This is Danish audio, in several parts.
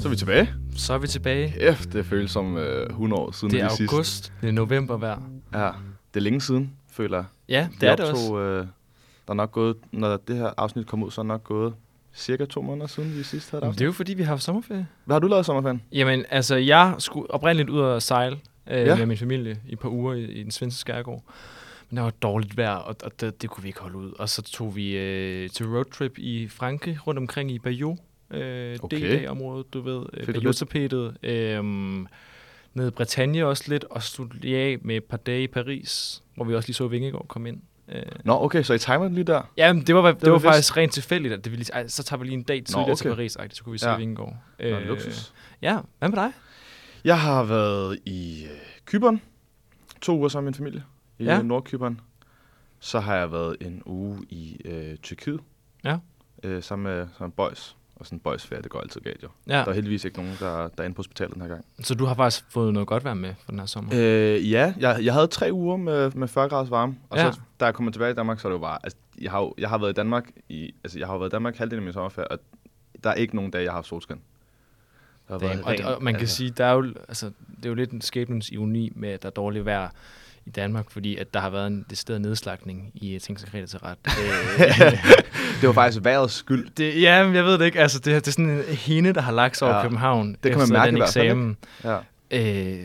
Så er vi tilbage. Så er vi tilbage. Det føles som 100 år siden det er sidst. august, det er november hver. Ja, det er længe siden, føler jeg. Ja, det er det også. Der er nok gået, når det her afsnit kommer ud, så er nok gået cirka 2 måneder siden, vi sidst havde det. Det er jo fordi, vi har haft sommerferie. Hvad har du lavet i sommerferien? Jamen, altså, jeg skulle oprindeligt ud og sejle med min familie i et par uger i den svenske skærgård. Men der var dårligt vejr, og det kunne vi ikke holde ud. Og så tog vi til roadtrip i Frankrig, rundt omkring i Bayeux. D-dag-området, du ved. Bayeux-tapetet. Nede i Bretagne også lidt, og sluttede af med et par dage i Paris, hvor vi også lige så Vingegaard komme ind. Nå, okay, så I timer lige der? Ja, det var faktisk rent tilfældigt, at det lige, så tager vi lige en dag tidligere til Paris, så kunne vi se Vingegaard. Luksus. Ja, hvad med dig? Jeg har været i Cypern 2 uger sammen med min familie i Nordcypern. Så har jeg været en uge i Tyrkiet sammen med boys. Og sådan en boysferie, det går altid galt jo. Ja. Der er heldigvis ikke nogen, der er inde på hospitalet den her gang. Så du har faktisk fået noget godt vær med for den her sommer? Ja, jeg havde 3 uger med 40 graders varme. Og så da jeg kom tilbage i Danmark, så er det jo bare... Altså, jeg har været i Danmark jeg har været i Danmark halvdelen af min sommerferie, og der er ikke nogen dage, jeg har haft solskin. Og man kan sige, der er jo, altså, det er jo lidt en skæbnens ironi med, at der er dårligt vejr i Danmark, fordi at der har været en decideret nedslagning i Tingsekretet til ret. Det var faktisk vejrets skyld. Jeg ved det ikke. Altså, det er sådan en hende, der har lagt sig over København. Det kan man mærke den i hvert fald, eksamen.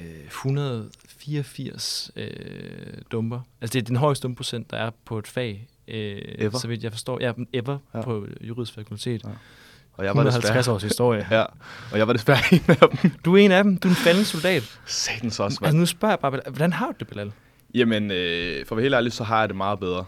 184 dumper. Altså, det er den højeste dumpeprocent, der er på et fag. Ever? Så vidt jeg forstår. Ja, ever på juridisk fakultet. Ja. Og jeg var 150 års historie. Ja, og jeg var desværre en af dem. Du er en af dem. Du er en faldende soldat. Satans også, altså, nu spørger jeg bare, hvordan har du det, Bilal? Jamen, for at være helt ærlig, så har jeg det meget bedre.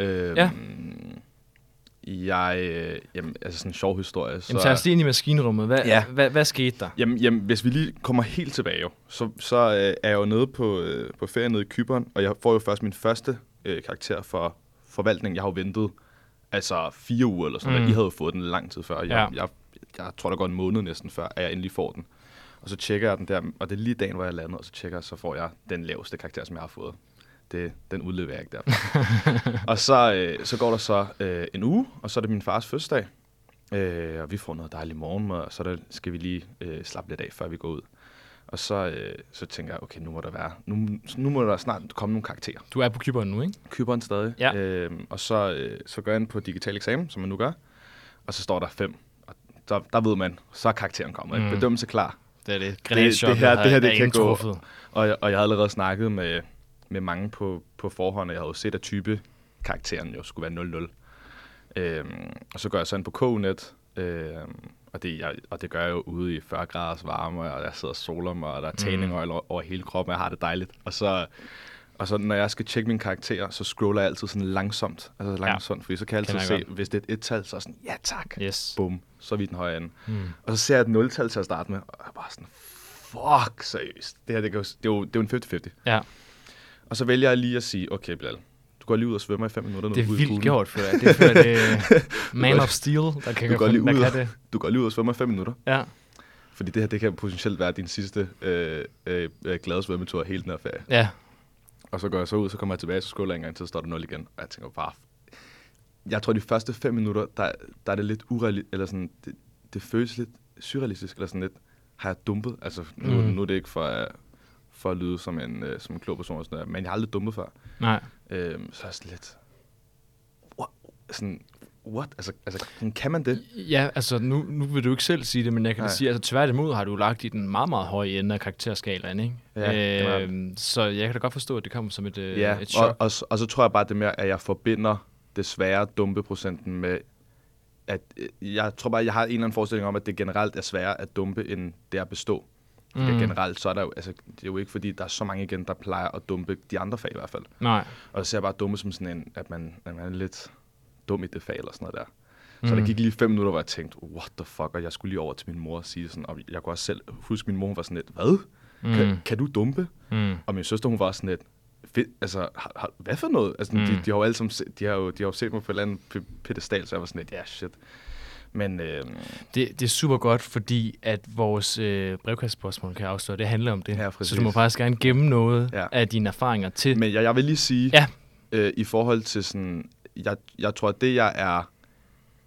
Jamen, altså sådan en sjov historie. Så tag os lige ind i maskinrummet. Hvad skete der? Jamen, hvis vi lige kommer helt tilbage, jo, så er jeg jo nede på ferie nede i Cypern, og jeg får jo først min første karakter for forvaltning. Jeg har jo ventet 4 uger eller sådan noget. I havde jo fået den lang tid før. Jeg tror, der går en måned næsten før, at jeg endelig får den. Og så tjekker jeg den der, og det er lige dagen, hvor jeg landede, og så tjekker jeg, så får jeg den laveste karakter, som jeg har fået. Den udleverer jeg ikke derfra. Og så går der så en uge, og så er det min fars fødselsdag. Og vi får noget dejligt morgenmad, og så skal vi lige slappe lidt af, før vi går ud. Og så tænker jeg, okay, nu må der snart komme nogle karakterer. Du er på Cypern nu, ikke? Cypern stadig. Ja. Og så går jeg ind på digital eksamen, som man nu gør. Og så står der 5. Og der ved man, så er karakteren kommet. Bedømmelse klar. Det er det. Det her, det kan gå. Og jeg havde allerede snakket med mange på forhånd, og jeg havde jo set, at type karakteren jo skulle være 0-0. Og så går jeg så ind på KU-net, og det gør jeg jo ude i 40 graders varme, og jeg sidder og soler mig, og der er tanning over hele kroppen, og jeg har det dejligt. Og så når jeg skal tjekke mine karakterer, så scroller jeg altid sådan langsomt, fordi så kan jeg altid se, hvis det er et 1-tal, så er sådan, ja tak, bum, så er vi den høje ende. Og så ser jeg et 0-tal til at starte med, og jeg er bare sådan, fuck, seriøst. Det her, det er jo en 50-50. Ja. Og så vælger jeg lige at sige, okay, Bilal, du går lige ud og svømmer i 5 minutter. Det er vildt gjort for dig. Det er man of steel, der kan det. Du går lige ud og svømmer i 5 minutter. Ja. Fordi det her, det kan potentielt være din sidste glade svømmetur hele den her ferie. Ja. Og så går jeg så ud, så kommer jeg tilbage, så scroller jeg en gang til, så står der 0 igen. Og jeg tænker bare, jeg tror de første 5 minutter, der er det lidt urealistisk, eller sådan, det føles lidt surrealistisk, eller sådan lidt, har jeg dumpet? Altså, nu er det ikke for at lyde som en klog person, og sådan noget, men jeg har aldrig dumpet før. Nej. Så er jeg sådan lidt, what? Altså, kan man det? Ja, altså, nu vil du ikke selv sige det, men jeg kan sige, altså tværtimod har du lagt i den meget, meget høje ende af karakterskalaen, ikke? Ja, så jeg kan da godt forstå, at det kommer som et chok. Og så tror jeg bare det med, at jeg forbinder desværre dumpeprocenten med, at jeg tror bare, jeg har en eller anden forestilling om, at det generelt er sværere at dumpe, end det er at bestå. Generelt, så er der jo, altså, det er jo ikke fordi, der er så mange igen, der plejer at dumpe de andre fag i hvert fald. Nej. Og så ser jeg bare dumme som sådan en, at man er lidt dum i det fag eller sådan noget der. Så der gik lige 5 minutter, hvor jeg tænkte, what the fuck, og jeg skulle lige over til min mor og sige sådan, og jeg kunne også selv huske, min mor var sådan lidt, hvad? Kan du dumpe? Og min søster, hun var sådan lidt, altså, hvad for noget? Altså, de har jo alle sammen, de har jo set mig på et eller andet pedestal, så jeg var sådan lidt, ja, shit. Men det er super godt, fordi at vores brevkastspørgsmål kan afsløre, det handler om det. Ja, så du må faktisk gerne gemme noget af dine erfaringer til. Men jeg vil lige sige, i forhold til sådan, jeg tror, at det jeg er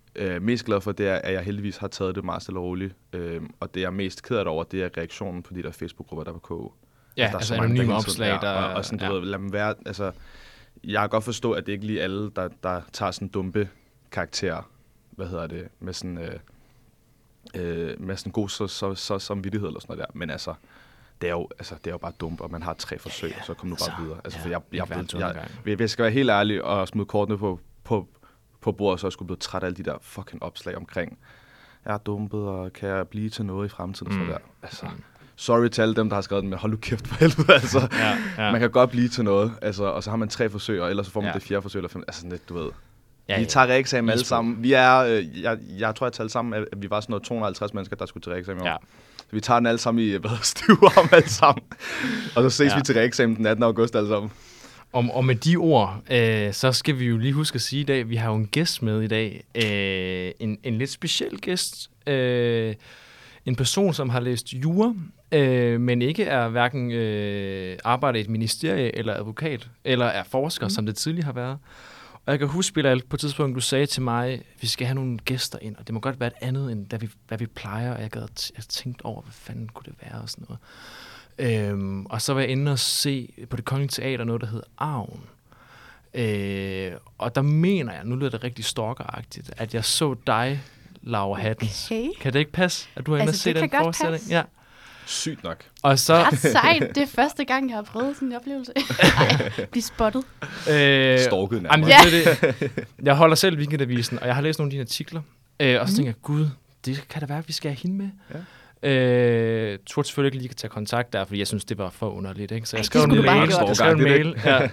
mest glad for, det er, at jeg heldigvis har taget det meget stille og roligt. Og det jeg er mest ked af det over, det er reaktionen på de der Facebook-grupper, der på KO. Ja, altså anonyme opslag, der... Og sådan, du ved, lad dem være... Altså, jeg kan godt forstå, at det ikke lige alle, der tager sådan dumpe karakterer, med sådan... med sådan god så samvittighed eller sådan noget der. Men altså, det er jo bare dumt, og man har 3 forsøg, så kom nu bare videre. Altså, for jeg skal være helt ærlig og smide kortene på bordet, så jeg skulle blive træt af alle de der fucking opslag omkring, jeg er dumpet, og kan jeg blive til noget i fremtiden, sådan der. Altså, sorry til alle dem, der har skrevet den, men hold nu kæft for helvede, altså. Man kan godt blive til noget, altså, og så har man 3 forsøg, og ellers så får man det 4. forsøg, eller 5, altså sådan lidt, du ved. Vi tager reeksamen alle sammen. Vi er, jeg tror, jeg talte sammen, at vi var sådan noget 250 mennesker, der skulle til reeksamen i år. Så vi tager den alle sammen i stuer om alle sammen. Og så ses vi til reeksamen den 18. august alle sammen. Og med de ord, så skal vi jo lige huske at sige i dag, vi har jo en gæst med i dag. En lidt speciel gæst. En person, som har læst jura, men ikke er hverken arbejder i et ministerie eller advokat, eller er forsker, som det tidligere har været. Og jeg kan huske, Bilal, på et tidspunkt, du sagde til mig, vi skal have nogle gæster ind, og det må godt være et andet, end hvad vi plejer. Og jeg tænkte over, hvad fanden kunne det være, og sådan noget. Og så var jeg inde og se på Det Kongelige Teater noget, der hedder Arven. Og der mener jeg, nu lyder det rigtig stalkeragtigt, at jeg så dig, Laura Hattens. Okay. Kan det ikke passe, at du har inde og se den forestilling? Ja. Sygt nok. Og så... Ret sejt. Det er første gang, jeg har prøvet sådan en oplevelse. Blive spottet. Stalket nærmere. Jeg holder selv Weekendavisen, og jeg har læst nogle af dine artikler. Og så tænker jeg, gud, det kan da være, at vi skal have hende med. Ja. Turde selvfølgelig ikke lige tage kontakt der, fordi jeg synes, det var for underligt. Ikke? Så jeg skrev en mail.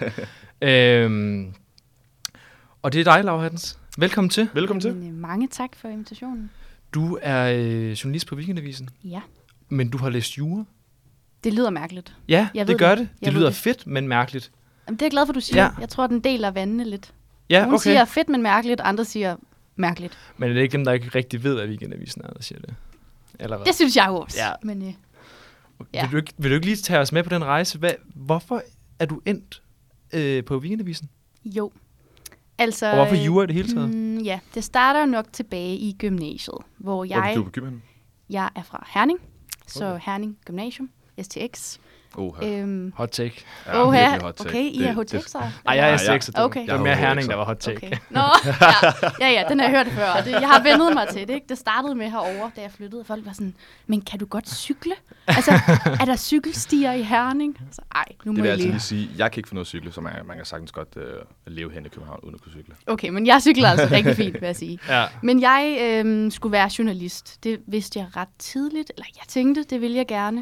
Og det er dig, Laura Hattens. Velkommen til. Velkommen til. Mange tak for invitationen. Du er journalist på Weekendavisen. Ja. Men du har læst jura? Det lyder mærkeligt. Ja, det gør det. Det lyder fedt, men mærkeligt. Jamen, det er jeg glad for, du siger. Ja. Jeg tror, den deler vandene lidt. Ja, Nogle siger fedt, men mærkeligt. Andre siger mærkeligt. Men er det ikke dem, der ikke rigtig ved, at Weekendavisen er, der siger det? Eller hvad? Det synes jeg også. Ja. Men, vil du ikke lige tage os med på den rejse? Hvorfor er du endt på Weekendavisen? Jo. Altså, og hvorfor jura i det hele taget? Ja, det starter nok tilbage i gymnasiet, hvor jeg... Hvor er du på gymnasiet? Jeg er fra Herning, så Herning Gymnasium, STX. Hot take. Ja, hot take. Okay, I er hot take, så? Ej, jeg er STX, okay. Det var mere Herning, der var hot take. Okay. Nå, ja, den har jeg hørt før, og jeg har vendet mig til det. Ikke? Det startede med herovre, da jeg flyttede, og folk var sådan, men kan du godt cykle? Altså, er der cykelstier i Herning? Så, nu må det vil jeg lige sige, jeg kan ikke få noget cykle, så man kan sagtens godt leve hen i København uden at kunne cykle. Okay, men jeg cykler altså rigtig fint, vil jeg sige. Ja. Men jeg skulle være journalist. Det vidste jeg ret tidligt, eller jeg tænkte, det ville jeg gerne.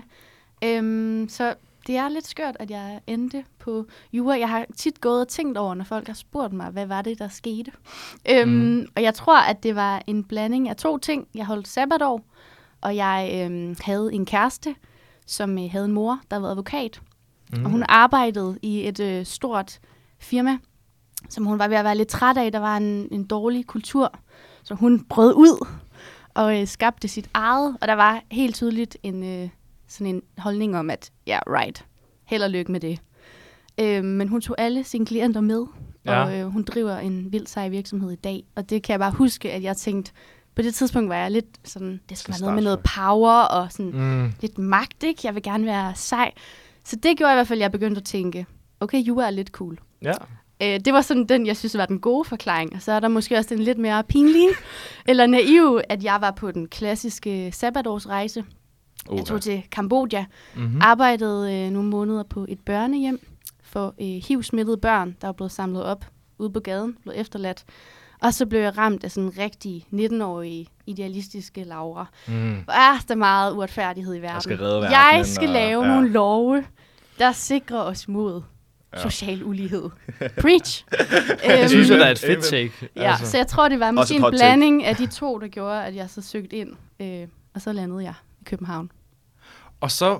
Så det er lidt skørt, at jeg endte på jura. Jeg har tit gået og tænkt over, når folk har spurgt mig, hvad var det, der skete. Og jeg tror, at det var en blanding af 2 ting. Jeg holdt sabbatår, og jeg havde en kæreste, som havde en mor, der var advokat. Og hun arbejdede i et stort firma, som hun var ved at være lidt træt af. Der var en dårlig kultur, så hun brød ud og skabte sit eget. Og der var helt tydeligt sådan en holdning om, at right, held og lykke med det. Men hun tog alle sine klienter med, og hun driver en vild sej virksomhed i dag. Og det kan jeg bare huske, at jeg tænkte, på det tidspunkt var jeg lidt sådan, det skal være noget med noget power og sådan lidt magt, ikke? Jeg vil gerne være sej. Så det gjorde i hvert fald, at jeg begyndte at tænke, okay, jura er lidt cool. Ja. Det var sådan den, jeg synes var den gode forklaring. Og så er der måske også den lidt mere pinlige, eller naive, at jeg var på den klassiske sabbatårsrejse. Jeg tog til Kambodja, arbejdede nogle måneder på et børnehjem for HIV-smittede børn, der var blevet samlet op ude på gaden, blev efterladt. Og så blev jeg ramt af sådan en rigtig 19-årige idealistiske Laura. Hvor er der meget uretfærdighed i verden. Jeg skal lave nogle love, der sikrer os mod social ulighed. Preach! Jeg synes, der er et fedt take. Altså. Så jeg tror, det var måske en blanding af de 2, der gjorde, at jeg så søgte ind. Og så landede jeg i København. Og så,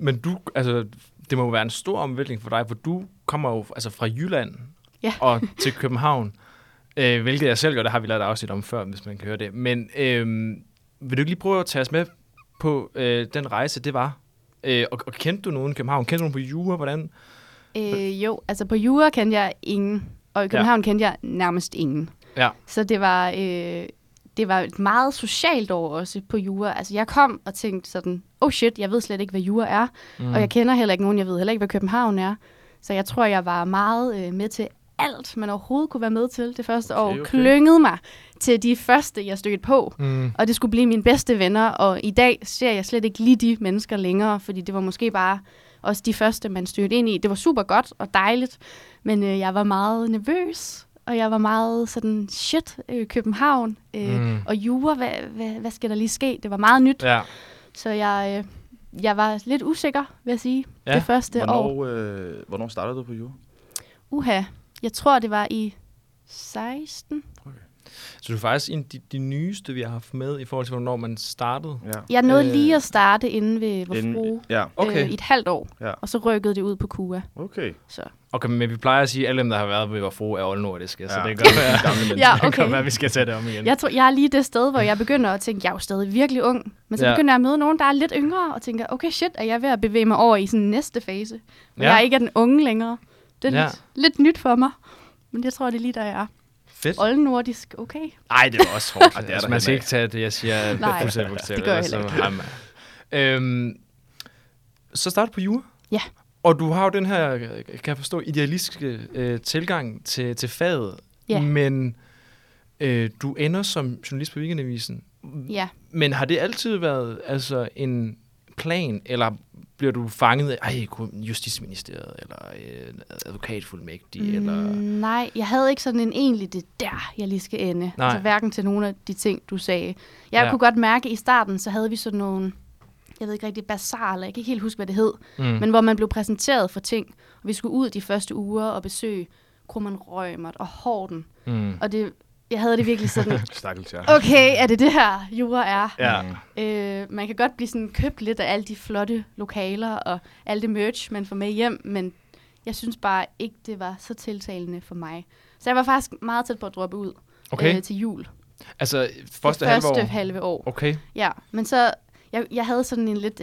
det må jo være en stor omvæltning for dig, for du kommer jo fra Jylland og til København, hvilket jeg selv gør, det har vi lavet afsnit om før, hvis man kan høre det. Men vil du ikke lige prøve at tage os med på den rejse, det var? Og kendte du nogen i København? Kendte du nogen på jura? Hvordan? Jo, altså på jura kendte jeg ingen, og i København kendte jeg nærmest ingen. Ja. Så det var det var et meget socialt år også på jura. Altså, jeg kom og tænkte sådan, shit, jeg ved slet ikke, hvad jura er. Og jeg kender heller ikke nogen, jeg ved heller ikke, hvad København er. Så jeg tror, jeg var meget med til alt, man overhovedet kunne være med til det første år. Klyngede mig til de første, jeg stødte på. Og det skulle blive mine bedste venner. Og i dag ser jeg slet ikke lige de mennesker længere, fordi det var måske bare også de første, man stødte ind i. Det var super godt og dejligt, men jeg var meget nervøs. Og jeg var meget sådan, København og jura, hvad skal der lige ske? Det var meget nyt. Ja. Så jeg var lidt usikker, vil jeg sige, det første år. Hvornår startede du på jura? Jeg tror, det var i 16. Okay. Så du er faktisk en af de nyeste, vi har haft med, i forhold til, hvornår man startede? Ja. Jeg nåede lige at starte inde ved vor frue i et halvt år, og så rykkede det ud på KUA. Okay. Så. Okay, men vi plejer at sige, at alle dem, der har været ved vor frue, er oldnordiske, så det kan være, vi skal tage det om igen. Jeg er lige det sted, hvor jeg begynder at tænke, jeg er jo stadig virkelig ung, men så begynder jeg at møde nogen, der er lidt yngre, og tænker, okay, er jeg ved at bevæge mig over i sådan næste fase, hvor jeg ikke er den unge længere. Det er lidt nyt for mig, men jeg tror, det er lige der, jeg er. Fedt. Oldnordisk, okay. Nej, det var også hårdt. Altså, man skal ikke tage det, jeg siger. Nej, det gør jeg heller ikke. Så start på jura. Ja. Og du har jo den her, kan jeg forstå, idealistiske tilgang til faget. Ja. Men du ender som journalist på Weekendavisen. Ja. Men har det altid været altså en plan, eller bliver du fanget af Justitsministeriet, eller advokatfuldmægtig? Eller? Nej, jeg havde ikke sådan en egentlig, det der, jeg lige skal ende. Altså hverken til nogle af de ting, du sagde. Jeg kunne godt mærke, i starten, så havde vi sådan nogle, jeg ved ikke rigtig, basaler, jeg kan ikke helt huske, hvad det hed, men hvor man blev præsenteret for ting, og vi skulle ud de første uger og besøge Krummeren Reumert og Horten. Og jeg havde det virkelig sådan, okay, er det her, jura er? Ja. Man kan godt blive sådan købt lidt af alle de flotte lokaler og alle det merch, man får med hjem, men jeg synes bare ikke, det var så tiltalende for mig. Så jeg var faktisk meget tæt på at droppe ud til jul. Altså første halve år. Okay. Ja, men så, jeg havde sådan en lidt,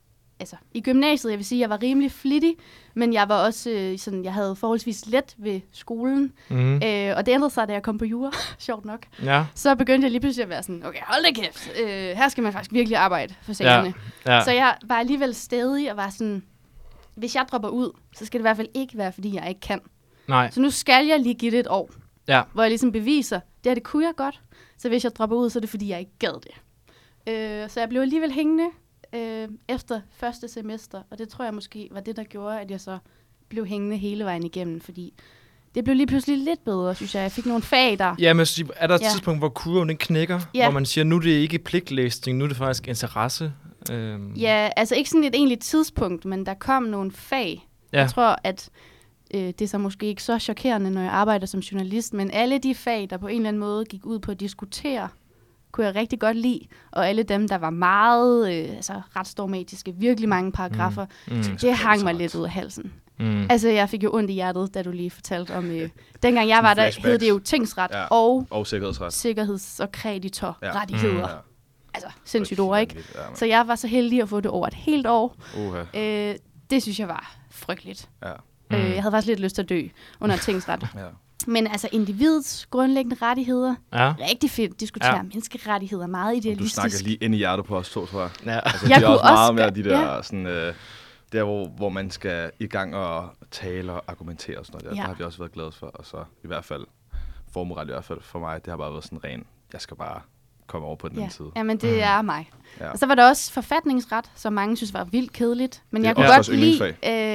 i gymnasiet, jeg vil sige, jeg var rimelig flittig, men jeg var også sådan, jeg havde forholdsvis let ved skolen, og det ændrede sig, da jeg kom på jura, sjovt nok. Ja. Så begyndte jeg lige pludselig at være sådan, okay, hold da kæft, her skal man faktisk virkelig arbejde for sagerne. Ja. Så jeg var alligevel stædig og var sådan, hvis jeg dropper ud, så skal det i hvert fald ikke være, fordi jeg ikke kan. Nej. Så nu skal jeg lige give det et år, hvor jeg ligesom beviser, det kunne jeg godt, så hvis jeg dropper ud, så er det, fordi jeg ikke gad det. Så jeg blev alligevel hængende efter første semester, og det tror jeg måske var det, der gjorde, at jeg så blev hængende hele vejen igennem, fordi det blev lige pludselig lidt bedre, synes jeg. Jeg fik nogle fag der. Ja, men er der et tidspunkt, hvor kurven den knækker, hvor man siger, nu er det ikke pligtlæsning, nu er det faktisk interesse? Ja, altså ikke sådan et egentligt tidspunkt, men der kom nogle fag. Ja. Jeg tror, at det er så måske ikke så chokerende, når jeg arbejder som journalist, men alle de fag, der på en eller anden måde gik ud på at diskutere, kunne jeg rigtig godt lide, og alle dem, der var meget retsdogmatiske, virkelig mange paragrafer, det hang mig lidt ud af halsen. Altså, jeg fik jo ondt i hjertet, da du lige fortalte om, dengang jeg var der, hed det jo tingsret og sikkerheds- og kreditorrettigheder. Ja. Altså, sindssygt ord, ikke? Så jeg var så heldig at få det over et helt år. Det synes jeg var frygteligt. Ja. Jeg havde faktisk lidt lyst til at dø under tingsret. Ja. Men altså individets grundlæggende rettigheder, rigtig fedt, diskutere menneskerettigheder, meget idealistisk. Du snakker lige ind i hjertet på os to, tror jeg. Ja. Altså, det er også meget mere de der, sådan, der hvor man skal i gang og tale og argumentere og sådan noget. Der har vi også været glade for, og så i hvert fald, formueret i hvert fald for mig, det har bare været sådan ren, jeg skal bare komme over på den anden side. Jamen det er mig. Ja. Og så var der også forfatningsret, som mange synes var vildt kedeligt. Men jeg kunne godt lide,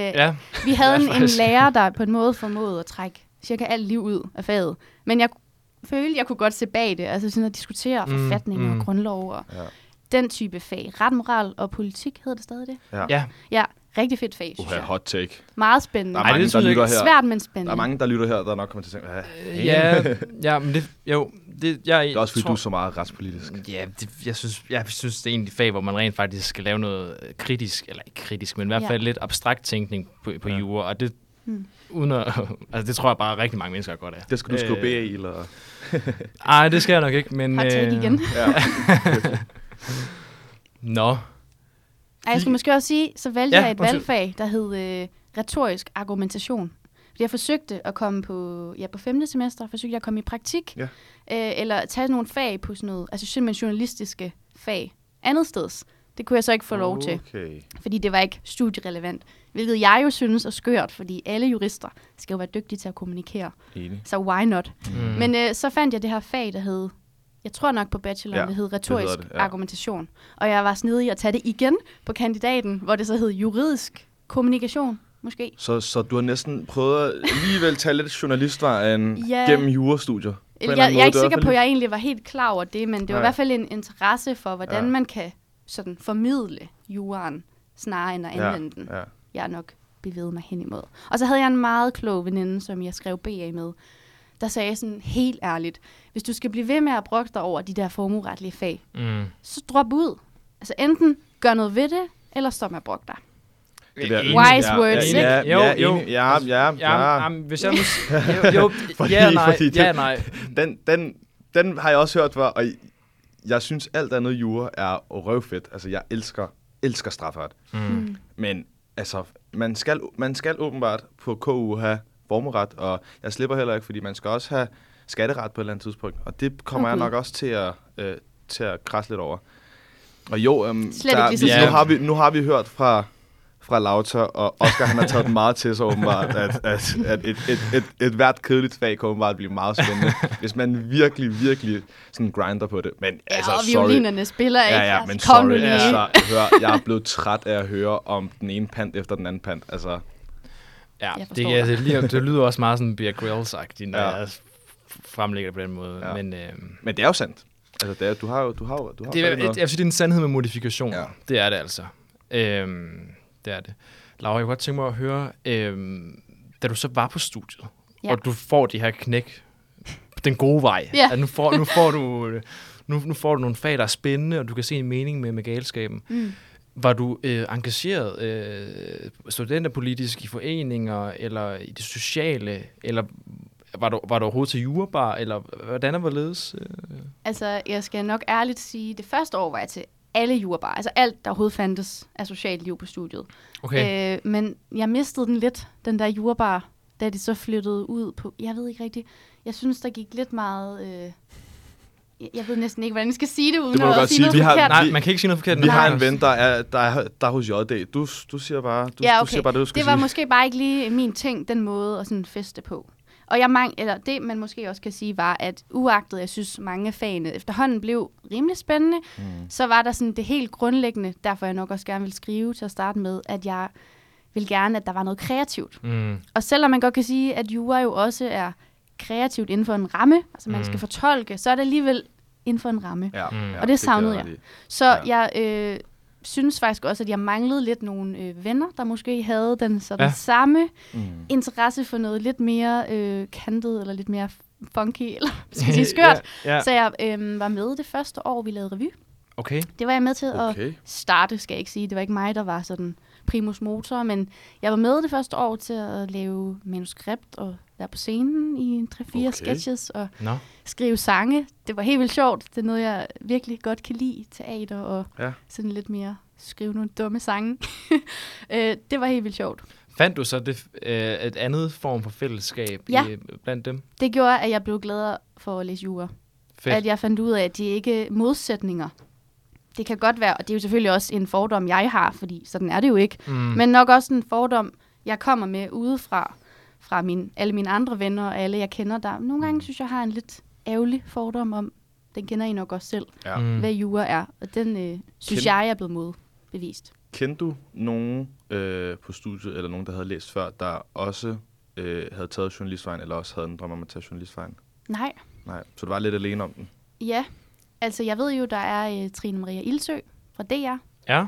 vi havde en lærer, der på en måde formåede at trække cirka alt liv ud af faget. Men jeg følte, jeg kunne godt se bag det. Altså sådan at diskutere forfatning og grundlov og den type fag. Ret, moral og politik hedder det stadig det? Ja, rigtig fedt fag, synes jeg. Hot take. Meget spændende. Der er mange, der lytter her. Svært, men spændende. Der er mange, der lytter her, der nok kommer til at tænke, men det, det er også fordi, du er så meget retspolitisk. Ja, jeg synes, det er egentlig fag, hvor man rent faktisk skal lave noget kritisk, eller ikke kritisk, men i hvert fald lidt abstrakt tænkning på jura, og det uden at, altså det tror jeg bare rigtig mange mennesker er godt af. Det skal du skrive B i, eller? Nej, det skal jeg nok ikke, men... igen. Nå. Jeg skulle måske også sige, så valgte jeg et valgfag, der hed retorisk argumentation. Fordi jeg forsøgte at komme på 5. semester, forsøgte jeg at komme i praktik, eller tage nogle fag på sådan noget, altså simpelthen journalistiske fag andet steds. Det kunne jeg så ikke få lov til, fordi det var ikke studierelevant. Hvilket jeg jo synes er skørt, fordi alle jurister skal jo være dygtige til at kommunikere. Enig. Så why not? Men så fandt jeg det her fag, der hed, jeg tror nok på bachelor, det hed retorisk argumentation. Og jeg var snedig at tage det igen på kandidaten, hvor det så hed juridisk kommunikation, måske. Så du har næsten prøvet at alligevel tage lidt journalistvejen gennem jurastudier? Jeg er ikke sikker på, at jeg egentlig var helt klar over det, men det var i hvert fald en interesse for, hvordan man kan sådan formidle juraen, snarere end at anvende den. Ja. Jeg er nok bevæget mig hen imod. Og så havde jeg en meget klog veninde, som jeg skrev BA med, der sagde sådan helt ærligt, hvis du skal blive ved med at brokke dig over de der formueretlige fag, så drop ud. Altså enten gør noget ved det, eller stop med at brokke dig. Wise words, ikke? Ja. Hvis jeg nej. Den har jeg også hørt før, og jeg synes alt andet jura er røvfedt. Altså, jeg elsker strafferet. Men altså, man skal åbenbart på KU have formueret, og jeg slipper heller ikke, fordi man skal også have skatteret på et eller andet tidspunkt. Og det kommer jeg nok også til at krasse lidt over. Og jo, nu har vi hørt fra Lauter, og Oscar han har taget den meget til sig åbenbart, at et hvert kedeligt fag kan åbenbart blive meget spændende, hvis man virkelig sådan grinder på det. Men altså, og violinerne spiller ikke. Ja, men sorry. Altså, jeg er blevet træt af at høre om den ene pant efter den anden pant. Altså. Ja, det lyder også meget sådan Bear Grylls-agtigt, når jeg fremlægger det på den måde. Ja. Men det er jo sandt. Altså, du har jeg synes, det er en sandhed med modifikation. Ja. Det er det altså. Det er det. Laura, jeg kunne godt tænke mig at høre, da du så var på studiet, og du får de her knæk den gode vej. At nu får du nogle fag, der er spændende, og du kan se en mening med galskaben. Var du engageret studenterpolitisk i foreninger, eller i det sociale, eller var du overhovedet til jurabar, eller hvordan er det hvorledes? Altså, jeg skal nok ærligt sige, det første år var jeg til alle jurabar, altså alt, der overhovedet fandtes af socialt liv på studiet. Okay. Men jeg mistede den lidt, den der jurabar, da det så flyttede ud på, jeg ved ikke rigtigt, jeg synes, der gik lidt meget, jeg ved næsten ikke, hvordan jeg skal sige det, uden at sige noget forkert. Nej, man kan ikke sige noget forkert. Vi har en ven, der er hos JD. Du siger bare, du siger bare det, du skal sige. Det var måske bare ikke lige min ting, den måde at sådan feste på. Og det, man måske også kan sige, var, at uagtet, jeg synes, mange af fagene efterhånden blev rimelig spændende, så var der sådan det helt grundlæggende, derfor jeg nok også gerne vil skrive til at starte med, at jeg vil gerne, at der var noget kreativt. Og selvom man godt kan sige, at jura jo også er kreativt inden for en ramme, altså man skal fortolke, så er det alligevel inden for en ramme. Og det savnede jeg. Så jeg synes faktisk også, at jeg manglede lidt nogle venner, der måske havde den samme interesse for noget lidt mere kantet, eller lidt mere funky, eller skal jeg sige skørt. Så jeg var med det første år, vi lavede revy. Okay. Det var jeg med til at starte, skal jeg ikke sige. Det var ikke mig, der var sådan primus motor, men jeg var med det første år til at lave manuskript og være på scenen i 3-4 sketches og skrive sange. Det var helt vildt sjovt. Det er noget, jeg virkelig godt kan lide, teater og sådan lidt mere skrive nogle dumme sange. Det var helt vildt sjovt. Fandt du så et andet form for fællesskab blandt dem? Det gjorde, at jeg blev gladere for at læse jura. Fedt. At jeg fandt ud af, at de ikke er modsætninger. Det kan godt være, og det er jo selvfølgelig også en fordom, jeg har, fordi sådan er det jo ikke. Men nok også en fordom, jeg kommer med udefra, fra alle mine andre venner og alle, jeg kender der. Nogle gange synes jeg har en lidt ærgerlig fordom om, den kender I nok også selv, hvad jura er. Og den synes jeg er blevet modbevist. Kendte du nogen på studiet, eller nogen, der havde læst før, der også havde taget journalistvejen, eller også havde en drøm om at tage journalistvejen? Nej. Så du var lidt alene om den? Ja. Altså, jeg ved jo, der er Trine Maria Ildsø fra DR. Ja,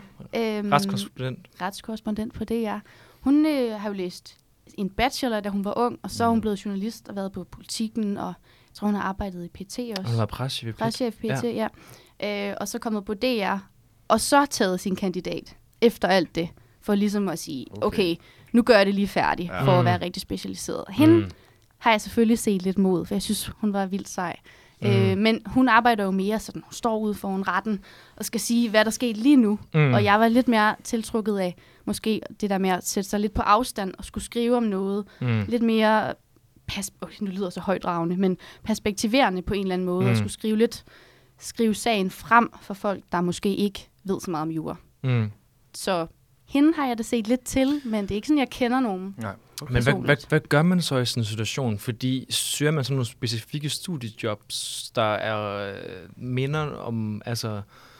retskorrespondent på DR. Hun har jo læst en bachelor, da hun var ung, og så er hun blevet journalist og været på Politikken, og jeg tror, hun har arbejdet i PT også. Hun var preschef i PT, ja. Og så kommet på DR, og så taget sin kandidat efter alt det, for ligesom at sige, okay nu gør jeg det lige færdigt, for at være rigtig specialiseret. Hende har jeg selvfølgelig set lidt mod, for jeg synes, hun var vildt sej. Men hun arbejder jo mere sådan, hun står ude foran retten og skal sige, hvad der skete lige nu. Og jeg var lidt mere tiltrukket af måske det der med at sætte sig lidt på afstand og skulle skrive om noget. Lidt mere, nu lyder så højdragende, men perspektiverende på en eller anden måde. Og skulle skrive sagen frem for folk, der måske ikke ved så meget om jura. Så hende har jeg da set lidt til, men det er ikke sådan, jeg kender nogen. Nej. Okay. Men hvad gør man så i sådan en situation? Fordi søger man sådan nogle specifikke studiejobs, der er minder om, altså,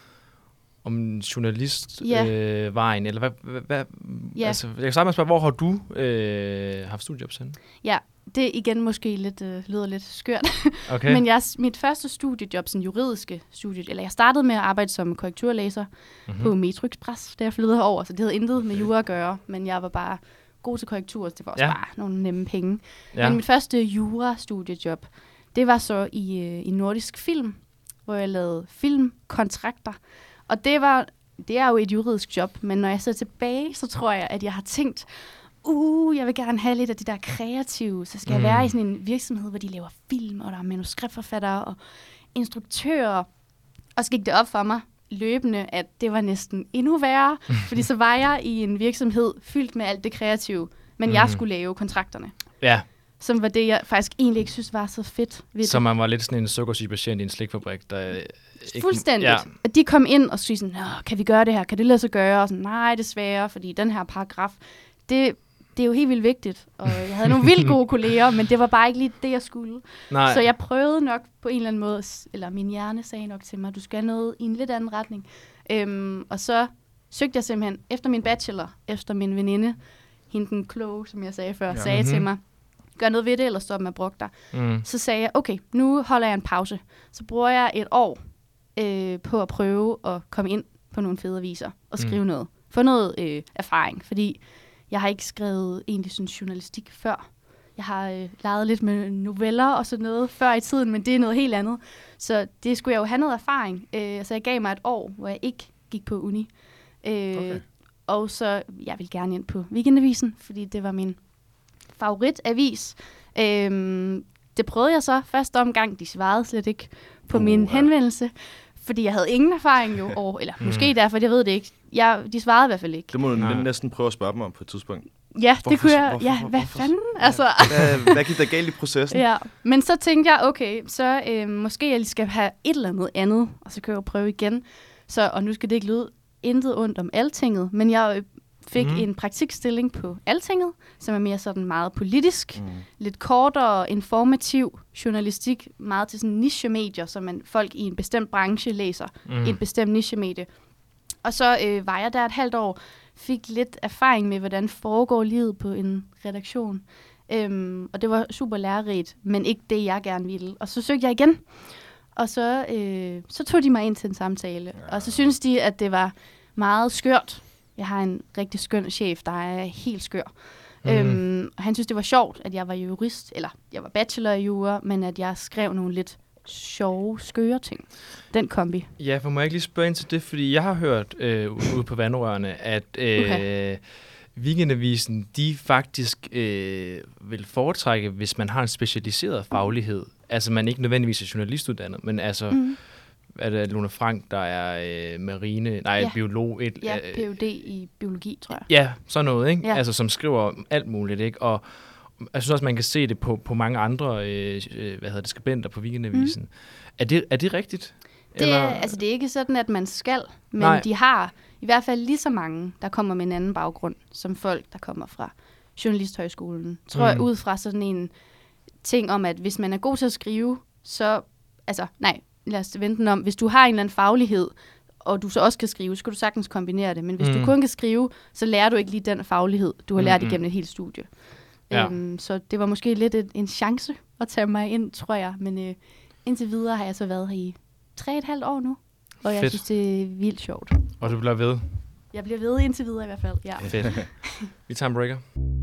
om journalistvejen, eller hvad? Ja. Altså, jeg kan starte med at spørge, hvor har du haft studiejobs henne? Ja, det igen måske lyder lidt skørt. Okay. Men mit første studiejob, sådan juridiske studie, eller jeg startede med at arbejde som korrekturlæser på Metro Express, da jeg flyttede herover, så det havde intet med jura at gøre, men jeg var bare god til korrektur, så det var også bare nogle nemme penge. Ja. Men mit første jura-studiejob, det var så i Nordisk Film, hvor jeg lavede filmkontrakter. Og det er jo et juridisk job, men når jeg ser tilbage, så tror jeg, at jeg har tænkt, jeg vil gerne have lidt af det der kreative, så skal jeg være i sådan en virksomhed, hvor de laver film, og der er manuskriptforfattere og instruktører. Og så gik det op for mig løbende, at det var næsten endnu værre, fordi så var jeg i en virksomhed fyldt med alt det kreative, men jeg skulle lave kontrakterne. Ja. Som var det, jeg faktisk egentlig ikke synes var så fedt ved det. Så man var lidt sådan en sukkersyg patient i en slikfabrik, der ikke... Fuldstændigt. Ja. At de kom ind og sagde sådan, kan vi gøre det her? Kan det lade sig gøre? Og sådan, nej, desværre, fordi den her paragraf, det er jo helt vildt vigtigt. Og jeg havde nogle vildt gode kolleger, men det var bare ikke lige det, jeg skulle. Nej. Så jeg prøvede nok på en eller anden måde, eller min hjerne sagde nok til mig, du skal noget i en lidt anden retning. Og så søgte jeg simpelthen efter min bachelor, efter min veninde, hende den kloge, som jeg sagde før, sagde til mig, gør noget ved det, eller stop med at bruge dig. Så sagde jeg, okay, nu holder jeg en pause. Så bruger jeg et år på at prøve at komme ind på nogle fede aviser og skrive noget. Få noget erfaring, fordi jeg har ikke skrevet egentlig sådan journalistik før. Jeg har leget lidt med noveller og sådan noget før i tiden, men det er noget helt andet. Så det skulle jeg jo have noget erfaring. Så jeg gav mig et år, hvor jeg ikke gik på uni. Okay. Og så, jeg ville gerne ind på Weekendavisen, fordi det var min favoritavis. Det prøvede jeg så første omgang. De svarede slet ikke på min henvendelse, fordi jeg havde ingen erfaring jo. Eller måske derfor, jeg ved det ikke. De svarede i hvert fald ikke. Det må du næsten prøve at spørge mig om på et tidspunkt. Ja, det kunne jeg. Hvad fanden? Altså. Hvad gik der galt i processen? Ja, men så tænkte jeg, okay, så måske jeg lige skal have et eller andet, og så kan jeg jo prøve igen. Og nu skal det ikke lyde intet ondt om Altinget, men jeg fik en praktikstilling på Altinget, som er mere sådan meget politisk, lidt kortere, informativ journalistik, meget til sådan niche-medier, som folk i en bestemt branche læser, et bestemt niche-medie. Og så var jeg der et halvt år, fik lidt erfaring med, hvordan foregår livet på en redaktion. Og det var super lærerigt, men ikke det, jeg gerne ville. Og så søgte jeg igen, og så tog de mig ind til en samtale. Og så synes de, at det var meget skørt. Jeg har en rigtig skøn chef, der er helt skør. Og han synes, det var sjovt, at jeg var jurist, eller jeg var bachelor i jura, men at jeg skrev nogle lidt sjove, skøre ting. Den kombi. Ja, for må jeg ikke lige spørge ind til det, fordi jeg har hørt ude på vandrørene, at Weekendavisen, de faktisk vil foretrække, hvis man har en specialiseret faglighed. Altså man ikke nødvendigvis er journalistuddannet, men altså er det Lone Frank, der er biolog? Ph.D. i biologi, tror jeg. Ja, sådan noget, ikke? Ja. Altså som skriver alt muligt, ikke? Og jeg synes også, man kan se det på mange andre skribenter på Weekendavisen. Er det rigtigt? Det er ikke sådan, at man skal, men de har i hvert fald lige så mange, der kommer med en anden baggrund, som folk, der kommer fra Journalisthøjskolen. Tror jeg, ud fra sådan en ting om, at hvis man er god til at skrive, så... lad os vente den om. Hvis du har en eller anden faglighed, og du så også kan skrive, så skal du sagtens kombinere det. Men hvis du kun kan skrive, så lærer du ikke lige den faglighed, du har lært igennem et helt studie. Ja. Så det var måske lidt en chance at tage mig ind, tror jeg. Men indtil videre har jeg så været her i 3,5 år nu. Og jeg synes, det er vildt sjovt. Og du bliver ved? Jeg bliver ved indtil videre i hvert fald, ja. Fedt. Vi tager en breaker.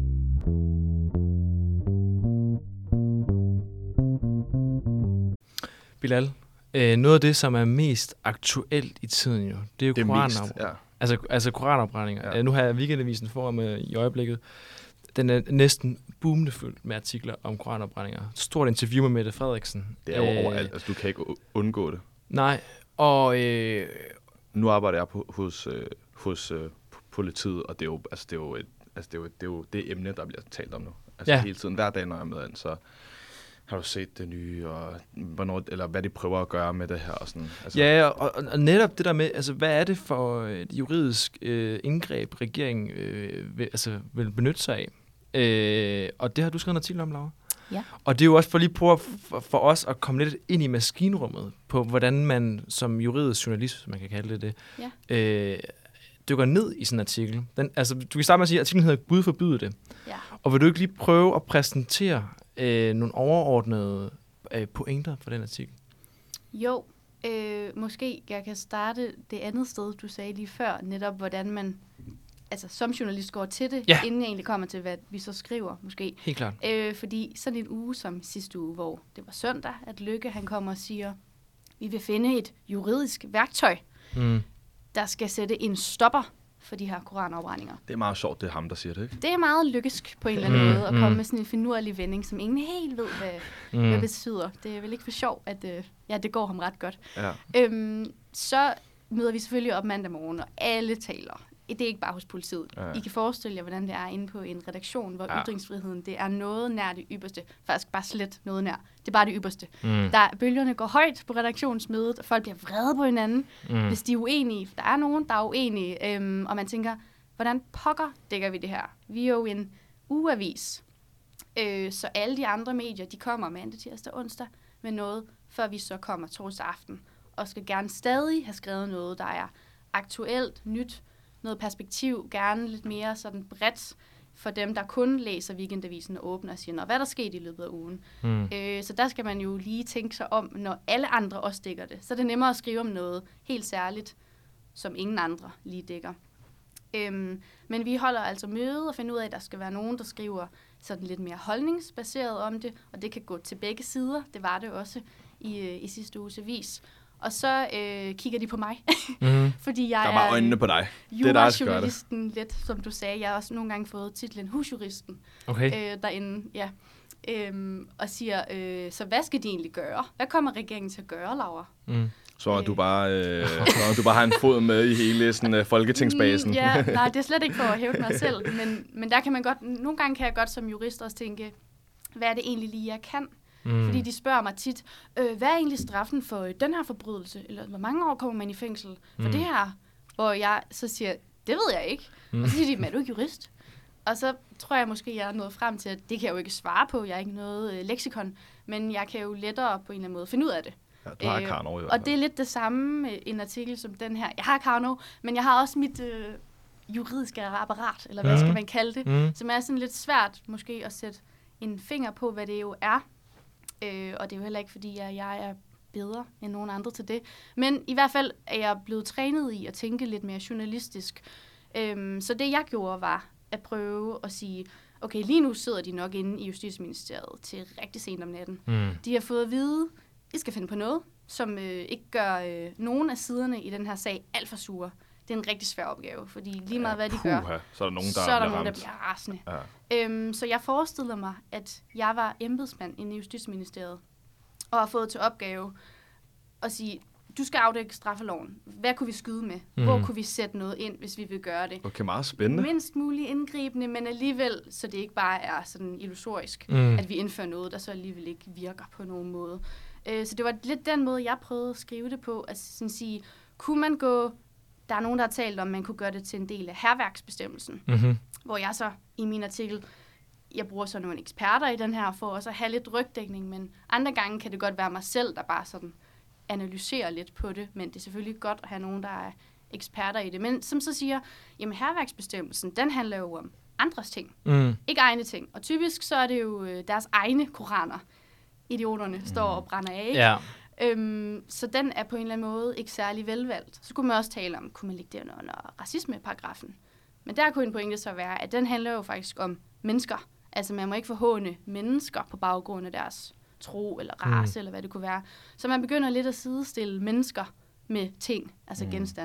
Bilal, noget af det, som er mest aktuelt i tiden jo, det er jo koranafbrændinger. Altså koranafbrændinger. Nu har jeg Weekendavisen foran mig i øjeblikket. den er næsten boomende fyldt med artikler om koranafbrændinger. Stort interview med Mette Frederiksen. Det er jo overalt, altså du kan ikke undgå det. Nej, og... Nu arbejder jeg hos politiet, og det er jo det emne, der bliver talt om nu. Altså hele tiden, hver dag, når jeg er med ind, så har du set det nye, og hvad de prøver at gøre med det her. Og sådan, altså. Ja, og netop det der med, altså hvad er det for et juridisk indgreb, regeringen vil benytte sig af? Og det har du skrevet en artikel om, Laura. Ja. Og det er jo også for lige prøve for os at komme lidt ind i maskinrummet, på hvordan man som juridisk journalist, hvis man kan kalde det dykker ned i sådan en artikel. Du kan starte med at sige, at artiklen hedder Gud forbyde det. Ja. Og vil du ikke lige prøve at præsentere nogle overordnede pointer for den artikel? Jo, måske jeg kan starte det andet sted, du sagde lige før, netop hvordan man som journalist går til det, inden jeg egentlig kommer til, hvad vi så skriver, måske. Helt klart. Fordi sådan en uge som sidste uge, hvor det var søndag, at Løkke han kommer og siger, vi vil finde et juridisk værktøj, der skal sætte en stopper for de her koranafbrændinger. Det er meget sjovt, det er ham, der siger det, ikke? Det er meget lykisk på en eller anden måde, at komme med sådan en finurlig vending, som ingen helt ved, hvad betyder. Det er vel ikke for sjov, at det går ham ret godt. Ja. Så møder vi selvfølgelig op mandag morgen, og alle taler. Det er ikke bare hos politiet. Ja. I kan forestille jer, hvordan det er inde på en redaktion, hvor ytringsfriheden, det er noget nær det ypperste. Faktisk bare slet noget nær. Det er bare det ypperste. Bølgerne går højt på redaktionsmødet, og folk bliver vrede på hinanden, hvis de er uenige. Der er nogen, der er uenige, og man tænker, hvordan pokker dækker vi det her? Vi er jo en ugeavis, så alle de andre medier, de kommer mandag, tirsdag, onsdag med noget, før vi så kommer torsdag aften, og skal gerne stadig have skrevet noget, der er aktuelt, nyt, noget perspektiv, gerne lidt mere sådan bredt for dem, der kun læser Weekendavisen og åbner og siger, hvad der skete i løbet af ugen. Så der skal man jo lige tænke sig om, når alle andre også dækker det. Så er det nemmere at skrive om noget helt særligt, som ingen andre lige dækker. Men vi holder altså møde og finder ud af, at der skal være nogen, der skriver sådan lidt mere holdningsbaseret om det, og det kan gå til begge sider. Det var det også i sidste uges avis. Og så kigger de på mig, fordi jeg der er bare øjnene på dig. Det er dig, der skal gøre det. Lidt, som du sagde. Jeg har også nogle gange fået titlen husjuristen derinde, ja. Og siger, så hvad skal de egentlig gøre? Hvad kommer regeringen til at gøre, Laura? Så du bare har en fod med i hele sådan, folketingsbasen. Nej, det er slet ikke for at hæve mig selv, men der kan man godt, nogle gange kan jeg godt som jurist også tænke, hvad er det egentlig lige, jeg kan? Fordi de spørger mig tit, hvad er egentlig straffen for den her forbrydelse? Eller hvor mange år kommer man i fængsel for det her? Hvor jeg så siger, det ved jeg ikke. Og så siger de, er du ikke jurist? Og så tror jeg måske, jeg er nået frem til, at det kan jeg jo ikke svare på. Jeg er ikke noget leksikon, men jeg kan jo lettere på en eller anden måde finde ud af det. Ja, du har Karnov i hvert fald. Og det er lidt det samme med en artikel som den her. Jeg har Karnov, men jeg har også mit juridiske apparat, eller hvad skal man kalde det, som er sådan lidt svært måske at sætte en finger på, hvad det jo er. Og det er jo heller ikke, fordi jeg er bedre end nogen andre til det. Men i hvert fald er jeg blevet trænet i at tænke lidt mere journalistisk. Så det jeg gjorde var at prøve at sige, okay, lige nu sidder de nok inde i Justitsministeriet til rigtig sent om natten. De har fået at vide, I skal finde på noget, som ikke gør nogen af siderne i den her sag alt for sure. Det er en rigtig svær opgave, fordi lige meget hvad de gør, så er der nogen, der bliver rasende. Ja. Så jeg forestillede mig, at jeg var embedsmand inde i Justitsministeriet, og har fået til opgave at sige, du skal afdække straffeloven. Hvad kunne vi skyde med? Hvor kunne vi sætte noget ind, hvis vi vil gøre det? Okay, meget spændende. Mindst muligt indgribende, men alligevel, så det ikke bare er sådan illusorisk, at vi indfører noget, der så alligevel ikke virker på nogen måde. Så det var lidt den måde, jeg prøvede at skrive det på, at sådan sige, kunne man gå... Der er nogen, der har talt om, at man kunne gøre det til en del af hærværksbestemmelsen, hvor jeg så i min artikel, jeg bruger så nogle eksperter i den her, for også at have lidt rygdækning, men andre gange kan det godt være mig selv, der bare sådan analyserer lidt på det, men det er selvfølgelig godt at have nogen, der er eksperter i det. Men som så siger, jamen hærværksbestemmelsen, den handler jo om andres ting, ikke egne ting. Og typisk så er det jo deres egne koraner, idioterne står og brænder af, ikke? Ja. Så den er på en eller anden måde ikke særlig velvalgt. Så kunne man også tale om, kunne man lægge det under racismeparagrafen. Men der kunne en pointe så være, at den handler jo faktisk om mennesker. Altså man må ikke forhåne mennesker på baggrund af deres tro eller race eller hvad det kunne være. Så man begynder lidt at sidestille mennesker med ting, altså genstande.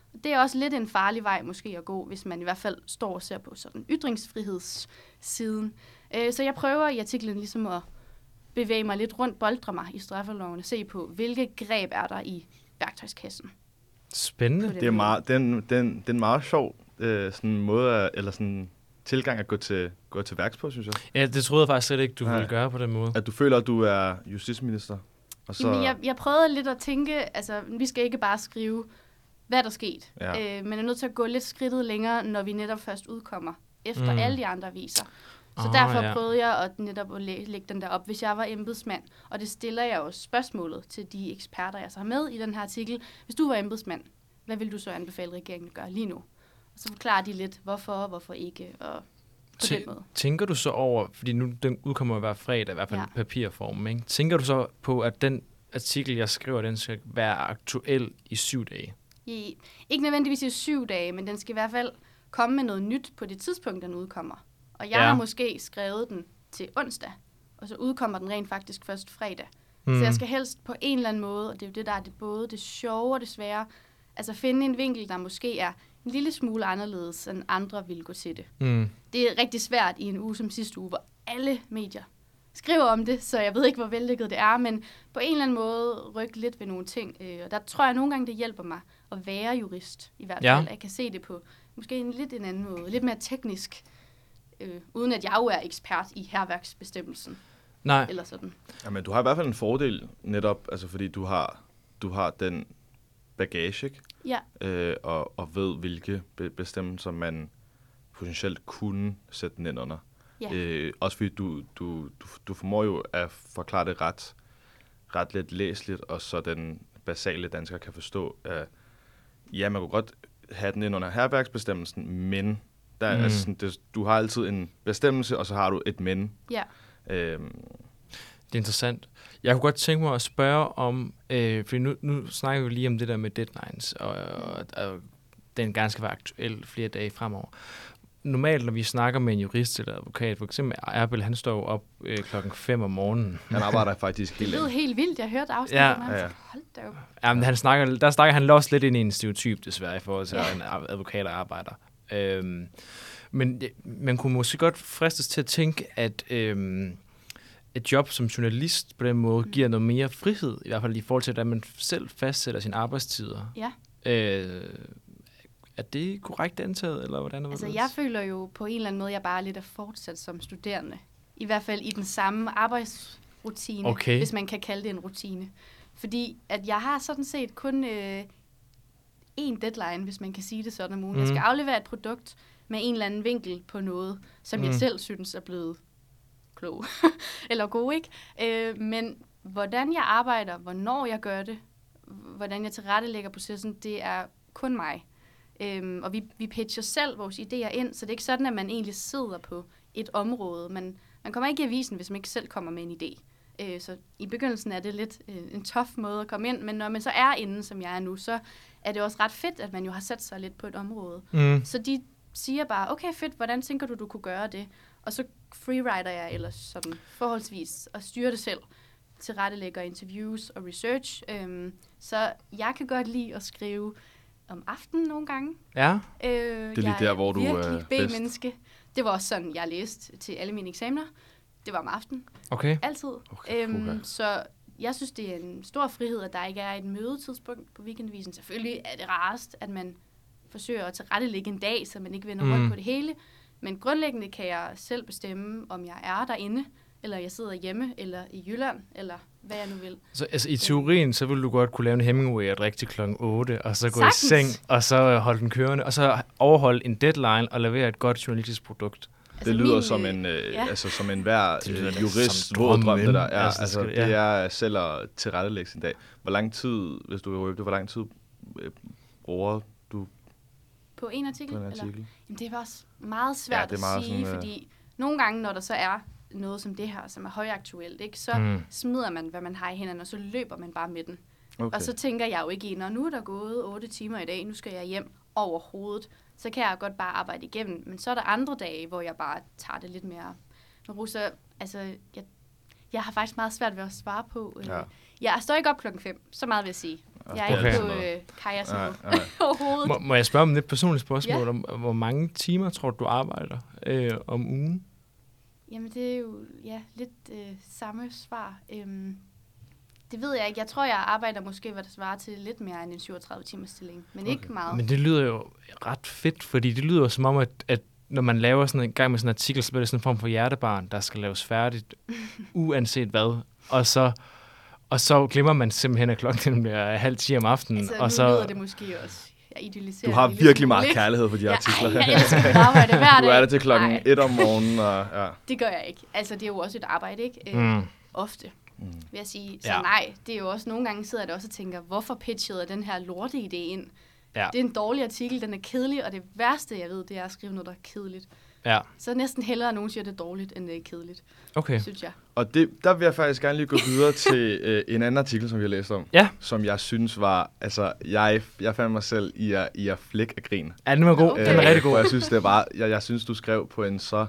Det er også lidt en farlig vej måske at gå, hvis man i hvert fald står og ser på sådan ytringsfrihedssiden. Så jeg prøver i artiklen ligesom at bevæge mig lidt rundt, boldre mig i straffeloven og se på, hvilke greb er der i værktøjskassen. Spændende. Det er meget, den meget sjov sådan måde, eller sådan tilgang at gå til værks på, synes jeg. Ja, det troede jeg faktisk slet ikke, du ville gøre på den måde. At du føler, at du er justitsminister. Og så... Jamen, jeg prøvede lidt at tænke, altså vi skal ikke bare skrive, hvad der skete, men er nødt til at gå lidt skridtet længere, når vi netop først udkommer, efter alle de andre aviser. Så derfor prøvede jeg at netop at lægge den der op, hvis jeg var embedsmand. Og det stiller jeg jo spørgsmålet til de eksperter, jeg så har med i den her artikel. Hvis du var embedsmand, hvad vil du så anbefale regeringen at gøre lige nu? Og så forklarer de lidt, hvorfor ikke, og på den måde. Tænker du så over, fordi nu den udkommer hver fredag, i hvert fald papirform, ikke? Tænker du så på, at den artikel, jeg skriver, den skal være aktuel i 7 dage? Ikke nødvendigvis i 7 dage, men den skal i hvert fald komme med noget nyt på det tidspunkt, den udkommer. Og jeg har måske skrevet den til onsdag, og så udkommer den rent faktisk først fredag. Så jeg skal helst på en eller anden måde, og det er jo det, der er både det sjove og det svære, altså finde en vinkel, der måske er en lille smule anderledes, end andre ville gå til det. Det er rigtig svært i en uge som sidste uge, hvor alle medier skriver om det, så jeg ved ikke, hvor vellykket det er, men på en eller anden måde rykke lidt ved nogle ting. Og der tror jeg nogle gange, det hjælper mig at være jurist, i hvert fald. Jeg kan se det på måske en anden måde, lidt mere teknisk, uden at jeg jo er ekspert i hærværksbestemmelsen. Nej. Eller sådan. Jamen, du har i hvert fald en fordel netop, altså fordi du har den bagage, ikke? Ja. Og ved, hvilke bestemmelser man potentielt kunne sætte den ind under. Ja. Også fordi du formår jo at forklare det ret let læseligt, og så den basale dansker kan forstå, at ja, man kunne godt have den ind under hærværksbestemmelsen, men der er sådan, du har altid en bestemmelse, og så har du et men. Ja. Det er interessant. Jeg kunne godt tænke mig at spørge om, fordi nu snakker vi lige om det der med deadlines, og den gerne skal være aktuel flere dage fremover. Normalt, når vi snakker med en jurist eller advokat, for eksempel Erbil, han står op 5:00 om morgenen. Han arbejder faktisk helt Det lød helt vildt. Jeg hørte afsnittet, ja. Hold da op. Jamen, der snakker han også lidt ind i en stereotyp, desværre, i forhold til, at en advokat arbejder. Men man kunne måske godt fristes til at tænke, at et job som journalist på den måde giver noget mere frihed, i hvert fald i forhold til, at man selv fastsætter sine arbejdstider. Ja. Er det korrekt antaget, eller hvordan? Altså, jeg føler jo på en eller anden måde, jeg bare lidt er fortsat som studerende. I hvert fald i den samme arbejdsrutine, hvis man kan kalde det en rutine. Fordi at jeg har sådan set kun én deadline, hvis man kan sige det sådan om ugen. Jeg skal aflevere et produkt med en eller anden vinkel på noget, som jeg selv synes er blevet klog. Eller god, ikke? Men hvordan jeg arbejder, hvornår jeg gør det, hvordan jeg tilrettelægger processen, det er kun mig. Og vi pitcher selv vores idéer ind, så det er ikke sådan, at man egentlig sidder på et område. Man kommer ikke i avisen, hvis man ikke selv kommer med en idé. Så i begyndelsen er det lidt en tough måde at komme ind, men når man så er inde, som jeg er nu, så er det også ret fedt, at man jo har sat sig lidt på et område. Så de siger bare, okay fedt, hvordan tænker du kunne gøre det? Og så freewriter jeg ellers sådan forholdsvis og styrer det selv. Tilrettelægger interviews og research. Så jeg kan godt lide at skrive om aftenen nogle gange. Ja. Det er lige der, hvor du er bedst. menneske. Det var også sådan, jeg læste til alle mine eksamener. Det var om aftenen. Okay. Altid. Okay. Så jeg synes, det er en stor frihed, at der ikke er et mødetidspunkt på Weekendavisen. Selvfølgelig er det rarest, at man forsøger at tilrettelægge en dag, så man ikke vender rundt på det hele. Men grundlæggende kan jeg selv bestemme, om jeg er derinde, eller jeg sidder hjemme, eller i Jylland, eller hvad jeg nu vil. Så altså, i teorien, så ville du godt kunne lave en Hemingway og drikke til 8, og så gå i seng, og så holde den kørende, og så overholde en deadline og levere et godt journalistisk produkt. Det lyder som en som en hver jurist drøm, det der. Ja, altså, det er selv at tilrettelægge sin dag. Hvor lang tid, hvis du vil røbe det, hvor lang tid bruger du på en artikel? Eller? Jamen, det er også meget svært at sige, fordi nogle gange, når der så er noget som det her, som er højaktuelt, ikke, så smider man, hvad man har i hænderne, og så løber man bare med den. Okay. Og så tænker jeg jo ikke i, når nu er der gået 8 timer i dag, nu skal jeg hjem overhovedet, så kan jeg godt bare arbejde igennem. Men så er der andre dage, hvor jeg bare tager det lidt mere med ro. Så altså, jeg har faktisk meget svært ved at svare på. Jeg står ikke op 5:00, så meget vil jeg sige. Jeg er ikke på Kajas overhovedet. Må jeg spørge om et personligt spørgsmål? Om hvor mange timer tror du arbejder om ugen? Jamen, det er jo lidt samme svar. Det ved jeg ikke. Jeg tror, jeg arbejder måske, hvad det svarer til lidt mere end en 37-timers stilling. Men ikke meget. Men det lyder jo ret fedt, fordi det lyder som om, at når man laver sådan en gang med sådan en artikel, så bliver det sådan en form for hjertebarn, der skal laves færdigt, uanset hvad. Og så glemmer man simpelthen, at klokken bliver 9:30 om aftenen. Altså, og så lyder det måske også. Jeg idylliserer. Du har virkelig meget kærlighed for de artikler. Jeg elsker mit arbejde hver dag. Du er der til klokken 1 om morgenen. Det gør jeg ikke. Altså, det er jo også et arbejde, ikke? Ofte, vil jeg sige. Så nej, det er jo også nogle gange sidder jeg også og tænker, hvorfor pitchede jeg den her lorteidé ind? Ja. Det er en dårlig artikel, den er kedelig, og det værste, jeg ved, det er at skrive noget, der er kedeligt. Ja. Så næsten hellere, at nogen siger, det er dårligt, end det er kedeligt. Okay. Synes jeg. Og der vil jeg faktisk gerne lige gå videre til en anden artikel, som vi har læst om. Som jeg synes var, altså, jeg fandt mig selv i at flække af grin. Ja, den var god. Den er rigtig god. Jeg synes, det var, jeg synes, du skrev på en så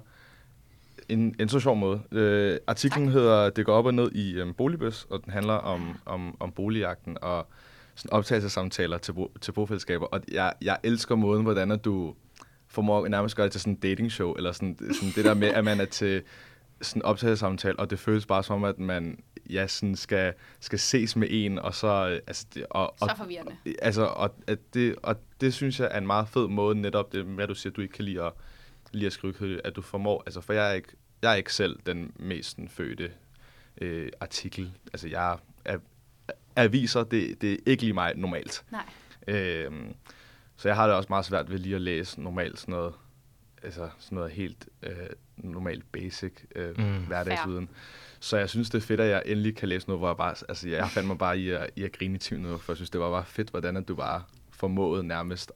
sjov måde. Artiklen hedder Det går op og ned i Boligbøs, og den handler om boligjagten og sådan optagelsesamtaler til bofællesskaber. Og jeg elsker måden, hvordan du formår nærmest gøre det til sådan en datingshow, eller sådan det der med, at man er til sådan en optagelsesamtale, og det føles bare som, at man sådan skal ses med en, og så... så forvirrende. Altså, og det synes jeg er en meget fed måde, netop det med, at du siger, at du ikke kan lide at skrive, at du formår... Altså, for jeg er ikke selv den mest fødte artikel. Altså, jeg aviser, det er ikke lige mig normalt. Nej. Så jeg har det også meget svært ved lige at læse normalt sådan noget helt normalt basic hverdagsviden. Så jeg synes, det er fedt, at jeg endelig kan læse noget, hvor jeg bare... Altså, jeg fandt mig bare i at grine i timen, for jeg synes, det var bare fedt, hvordan at du bare formåede nærmest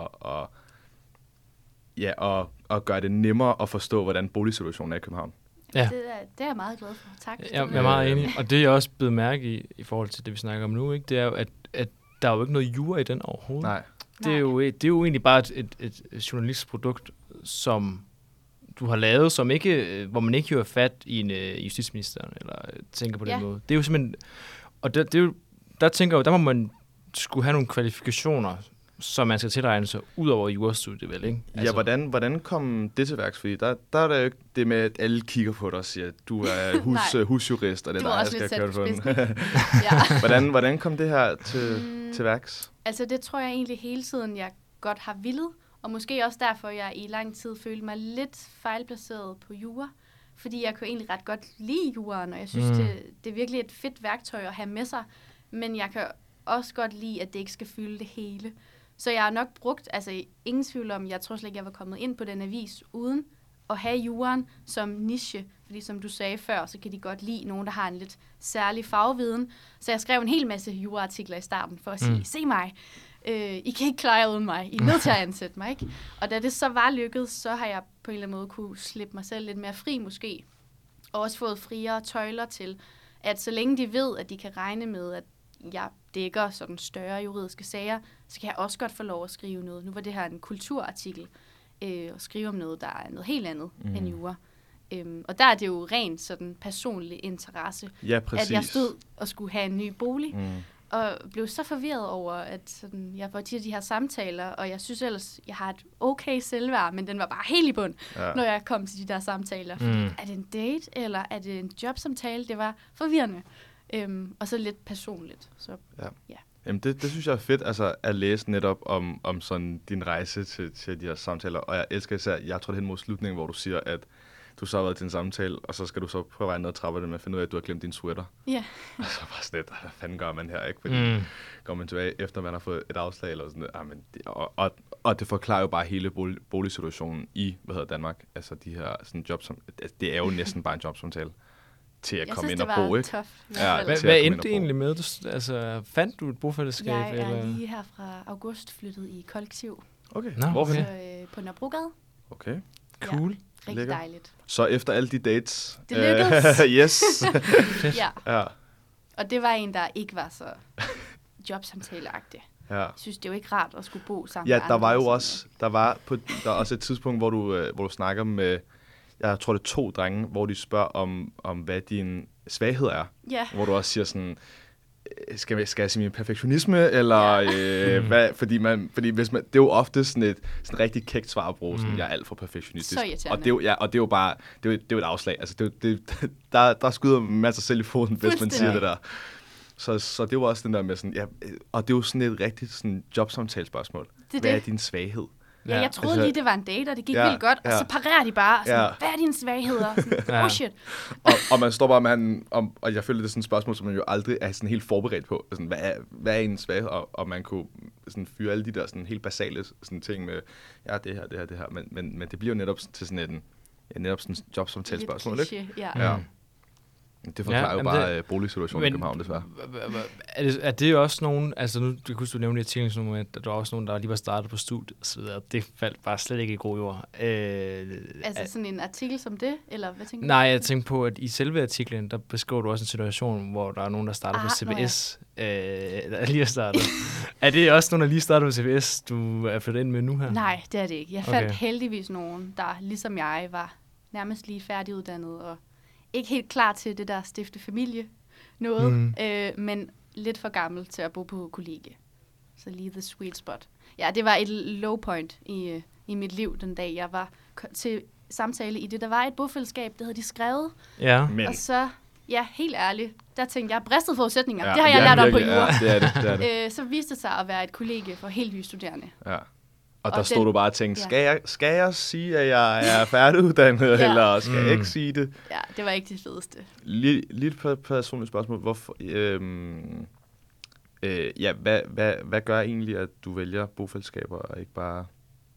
at gøre det nemmere at forstå, hvordan boligsituationen er i København. Ja. Det er jeg meget glad for. Tak. Jeg er meget enig. Og det er jeg også blevet mærke i forhold til det, vi snakker om nu, ikke? Det er jo, at der er jo ikke noget jura i den overhovedet. Nej. Det er jo egentlig bare et journalistprodukt, som du har lavet, som ikke, hvor man ikke hører fat i en justitsminister, eller tænker på den måde. Det er jo simpelthen... Og det er jo, der tænker jeg, der må man skulle have nogle kvalifikationer, som man skal tilregne sig ud over jurastudiet, vel, ikke? Altså, ja, hvordan kom det til værks? Fordi der er der jo ikke det med, at alle kigger på dig og siger, at du er husjurist, og det er der, jeg skal køre på den. Hvordan kom det her til værks? Altså, det tror jeg egentlig hele tiden, jeg godt har villet, og måske også derfor, jeg i lang tid følte mig lidt fejlplaceret på jura, fordi jeg kunne egentlig ret godt lide juraen, og jeg synes, det er virkelig et fedt værktøj at have med sig, men jeg kan også godt lide, at det ikke skal fylde det hele. Så jeg har nok brugt, altså ingen tvivl om, jeg tror slet ikke, jeg var kommet ind på den avis, uden at have juraen som niche. Fordi som du sagde før, så kan de godt lide nogen, der har en lidt særlig fagviden. Så jeg skrev en hel masse juraartikler i starten for at sige, se mig, I kan ikke klare jer uden mig, I er nødt til at ansætte mig, ikke? Og da det så var lykkedes, så har jeg på en eller anden måde kunne slippe mig selv lidt mere fri måske. Og også fået friere tøjler til, at så længe de ved, at de kan regne med, at jeg dækker sådan større juridiske sager, så kan jeg også godt få lov at skrive noget. Nu var det her en kulturartikel, og skrive om noget, der er noget helt andet end jura. Og der er det jo rent sådan personlig interesse, at jeg stod og skulle have en ny bolig, og blev så forvirret over, at sådan, jeg får tit de her samtaler, og jeg synes ellers, jeg har et okay selvværd, men den var bare helt i bund, når jeg kom til de der samtaler. Er det en date, eller er det en jobsamtale? Det var forvirrende. Og så lidt personligt. Så, ja. Jamen det synes jeg er fedt, altså at læse netop om sådan din rejse til de her samtaler, og jeg elsker især, jeg tror det hen mod slutningen, hvor du siger, at du så har været til en samtale, og så skal du så på vej ned og trappe det med at finde ud af, at du har glemt din sweater. Ja. Og så bare sådan lidt, hvad fanden gør man her, ikke? Fordi går man tilbage, efter man har fået et afslag, eller sådan noget, og det forklarer jo bare hele boligsituationen i, Danmark, altså de her sådan jobs, det er jo næsten bare en jobsamtale. Til at komme ind og bo, ikke? Hvad endte det egentlig med? Altså, fandt du et bofællesskab? Jeg er lige her fra august flyttet i kollektiv. Okay. Hvorfor? På Nørrebrogade. Okay. Cool. Ja, rigtig dejligt. Så efter alle de dates... Det lykkedes. Yes. Ja. Og det var en, der ikke var så jobsamtaleagtig. Ja. Jeg synes, det er jo ikke rart at skulle bo sammen med andre. Ja, der var jo også... Der var også et tidspunkt, hvor du snakker med... Jeg tror, det er 2 drenge, hvor de spørger om hvad din svaghed er. Ja. Hvor du også siger sådan, skal jeg sige min perfektionisme, eller hvad? Fordi hvis man, det er jo ofte sådan et rigtig kægt svar at bruge, sådan, jeg er alt for perfektionistisk. Og det er jo bare, det er jo et afslag. Altså, der skyder man sig selv i foden, hvis man siger det der. Så det var også den der med sådan, ja, og det er jo sådan et rigtigt sådan jobsamtalespørgsmål. Hvad er din svaghed? Ja, jeg troede lige, det var en date, og det gik vildt godt, og så parerer de bare, sådan, hvad er dine svagheder? Sådan, shit. Og man står bare med og jeg føler, det er sådan et spørgsmål, som man jo aldrig er sådan helt forberedt på. Sådan, hvad er en svaghed? Og man kunne sådan fyre alle de der sådan helt basale sådan ting med, ja, det her. Men det bliver jo netop til sådan netop sådan et jobsamtalespørgsmål, ikke? Ja. Det forklarer jo bare boligsituationen i København, desværre. Er det også nogen, altså nu, du nævnte i artiklen, at der var også nogen, der lige var startet på studiet, og så videre. Det faldt bare slet ikke i god jord. Altså sådan en artikel som det, eller hvad tænker du? Nej, jeg tænkte på, at i selve artiklen, der beskriver du også en situation, hvor der er nogen, der starter på CBS, der lige er startet. Er det også nogen, der lige starter på CBS, du er flyttet ind med nu her? Nej, det er det ikke. Jeg fandt heldigvis nogen, der ligesom jeg var nærmest lige færdiguddannet, og ikke helt klar til det der stifte familie noget, men lidt for gammel til at bo på kollegie. Så lige the sweet spot. Ja, det var et low point i mit liv den dag, jeg var til samtale i det. Der var et bofællesskab, det havde de skrevet. Ja. Og så, ja, helt ærligt, der tænkte jeg, bristet forudsætninger. Det har jeg lært om på jura. Ja, det er det. Så viste det sig at være et kollegie for helt nye studerende. Ja. Og der stod du bare og tænkte, skal jeg sige, at jeg er færdiguddannet, eller skal jeg ikke sige det? Ja, det var ikke det fedeste. Lidt personligt spørgsmål. Hvorfor, hvad gør egentlig, at du vælger bofællesskaber, og ikke bare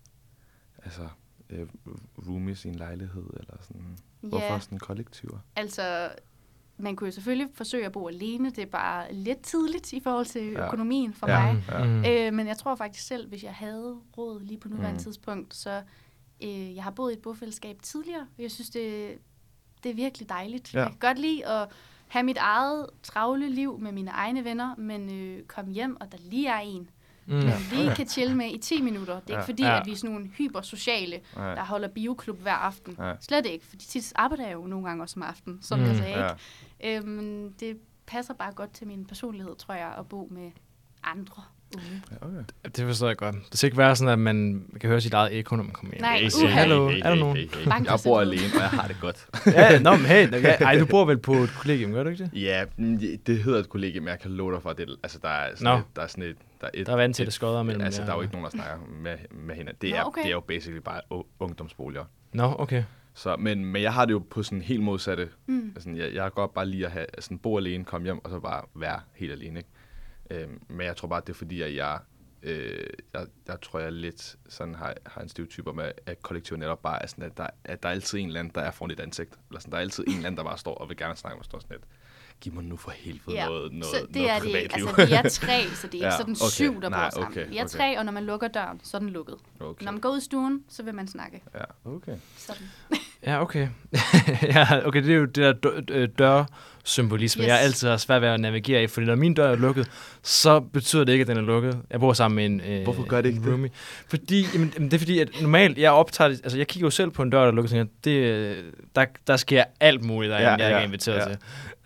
roomies i en lejlighed, eller sådan? Hvorfor sådan kollektiver? Altså, man kunne jo selvfølgelig forsøge at bo alene. Det er bare lidt tidligt i forhold til økonomien for mig. Ja. Men jeg tror faktisk selv, hvis jeg havde råd lige på nuværende tidspunkt, så jeg har boet i et bofællesskab tidligere. Jeg synes, det er virkelig dejligt. Ja. Jeg kan godt lide at have mit eget travle liv med mine egne venner, men komme hjem, og der lige er en, man lige kan chille med i 10 minutter. Det er ikke fordi, at vi er sådan nogle hypersociale, der holder bioklub hver aften. Slet ikke, fordi tit arbejder jeg jo nogle gange også om aftenen, som jeg sagde ikke. Men det passer bare godt til min personlighed, tror jeg, at bo med andre unge. Okay. Det forstår jeg godt. Det skal ikke være sådan, at man kan høre sit eget ekko, når man kommer hjem. Nej, hallo, er der nogen? Jeg bor alene, og jeg har det godt. Du bor vel på et kollegium, gør du ikke det? Ja, det hedder et kollegium, men jeg kan love dig for, at det, altså, der er sådan et... Der er vand til det skodder mellem. Altså, der er jo ikke nogen, der snakker med hinanden. Det er jo basically bare ungdomsboliger. Okay. Så, men jeg har det jo på sådan helt modsatte. Altså, jeg kan godt bare lide at have, sådan, bo alene, komme hjem, og så bare være helt alene, ikke? Men jeg tror bare, det er fordi, at jeg tror, jeg lidt sådan har en stereotyper med, at kollektivet netop bare er sådan, at der er altid en eller anden, der er foran dit ansigt. Eller sådan, der er altid en eller anden, der bare står og vil gerne snakke med sådan lidt. Giv mig nu for helvede noget privatliv. Altså, vi er 3, så det er ikke sådan 7, der bor sammen. Vi er 3, og når man lukker døren, så er den lukket. Okay. Når man går ud i stuen, så vil man snakke. Ja, okay. Sådan. Ja, okay. Okay, det er jo det der dørsymbolisme. Yes. Jeg har altid svært ved at navigere i, fordi når min dør er lukket, så betyder det ikke, at den er lukket. Jeg bor sammen med en Hvorfor gør det ikke roomie. Fordi, det er fordi, at normalt, jeg kigger jo selv på en dør, der er lukket, og tænker, der sker alt muligt, jeg ikke er inviteret til.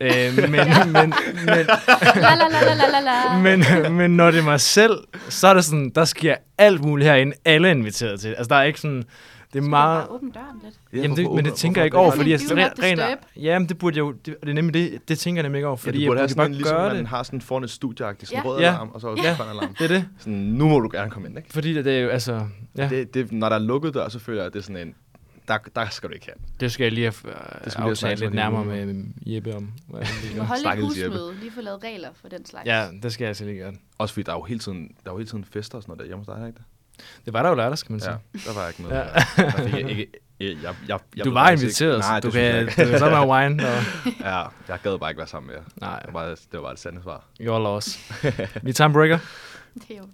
Men når det er mig selv, så er det sådan, der sker alt muligt herinde, alle er inviteret til. Altså, der er ikke sådan... Det er meget... Bare åbne døren lidt. Jamen, men det tænker jeg ikke over, fordi jamen, det burde jo... Det er nemlig det tænker jeg nemlig ikke over, fordi det burde jeg bare ligesom, gøre det. Man har sådan foran et studieagtigt, sådan rød alarm, og så grøn alarm. Det er det. Sådan, nu må du gerne komme ind, ikke? Fordi det er jo, altså... Ja. Det, når der er lukket dør, så føler jeg, at det er sådan en... Der skal du ikke have. Det skal jeg lige have aftalt lidt nærmere med Jeppe om. Du må holde et husmøde, lige få lavet regler for den slags. Ja, det skal jeg altså lige gøre. Også fordi der er jo hele tiden fester og sådan noget der hjemme hos dig, ikke det? Det var der jo lørdags, kan man sige. Ja, der var ikke noget. Du var inviteret, så du kan så med wine. Ja, jeg gad bare ikke være sammen med jer. Nej. Det var bare det sande svar. Your loss. Vi tager en breaker. Det er jo.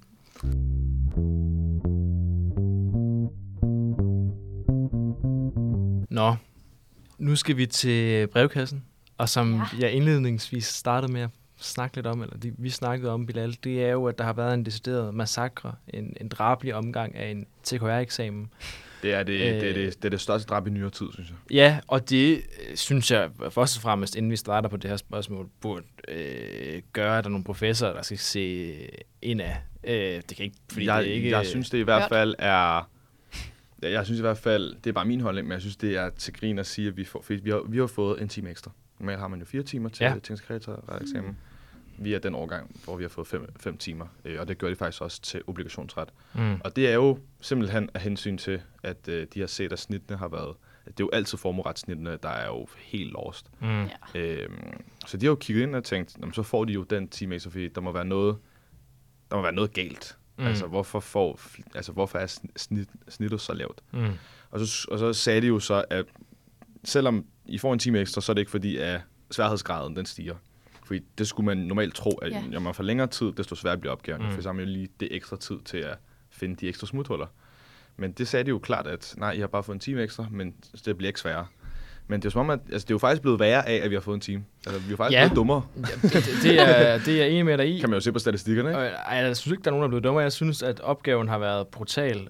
Nå, nu skal vi til brevkassen. Og som jeg indledningsvis startede med at snakke lidt om, eller vi snakkede om, Bilal, det er jo, at der har været en decideret massakre, en drabelig omgang af en TKR-eksamen, Det er det største drab i nyere tid, synes jeg. Ja, og det synes jeg først og fremmest, inden vi starter på det her spørgsmål, burde gøre, at der er nogle professorer, der skal se indad. Det kan ikke, fordi det ikke... Jeg synes det i hvert fald er... Jeg synes i hvert fald, det er bare min holdning, men jeg synes, det er til grin at sige, at vi har fået en time ekstra. Normalt har man jo 4 timer til eksamen. Vi er den årgang, hvor vi har fået 5 timer, og det gør de faktisk også til obligationsret. Og det er jo simpelthen af hensyn til, at de har set, at snittene har været... Det er jo altid formueretsnittene, der er jo helt lost. Så de har jo kigget ind og tænkt, så får de jo den time ekstra, fordi der må være noget galt. Altså, hvorfor er snittet så lavt? Og så sagde de jo så, at selvom I får en time ekstra, så er det ikke fordi, at sværhedsgraden den stiger. Fordi det skulle man normalt tro, at når man får længere tid, desto sværere bliver opgaven. For så har man jo lige det ekstra tid til at finde de ekstra smuthuller. Men det sagde de jo klart, at nej, I har bare fået en time ekstra, men det bliver ikke sværere. Men det er jo som om, at det er jo faktisk blevet værre af, at vi har fået en time. Altså, vi er faktisk blevet dummere. Det er enig med dig i. Kan man jo se på statistikkerne, ikke? Jeg synes ikke, der er nogen, der er blevet dummere. Jeg synes, at opgaven har været brutal.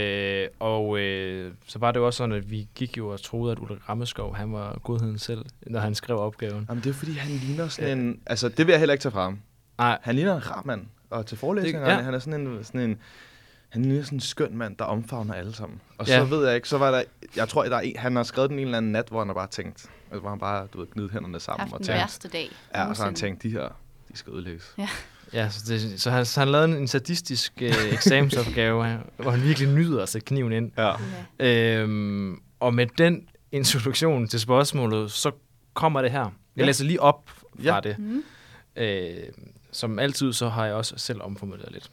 Så var det jo også sådan, at vi gik jo og troede, at Ulrik Rammeskov, han var godheden selv, når han skrev opgaven. Jamen, det er fordi, han ligner sådan en... Altså, det vil jeg heller ikke tage fra ham. Nej. Han ligner en rar mand. Og til forelæsningerne, han er sådan en han ligner sådan en skøn mand, der omfavner alle sammen. Og så ved jeg ikke, så var der... Jeg tror, han har skrevet den en eller anden nat, hvor han har bare tænkt... Altså, hvor han bare, gnid hænderne sammen og tænkt... værste dag. Ja, og så har han tænkt, de skal ødelægges. Ja, så han lavede en sadistisk eksamensopgave, hvor han virkelig nyder at sætte kniven ind. Ja. Og med den introduktion til spørgsmålet, så kommer det her. Jeg læser lige op fra det. Som altid, så har jeg også selv omformuleret lidt.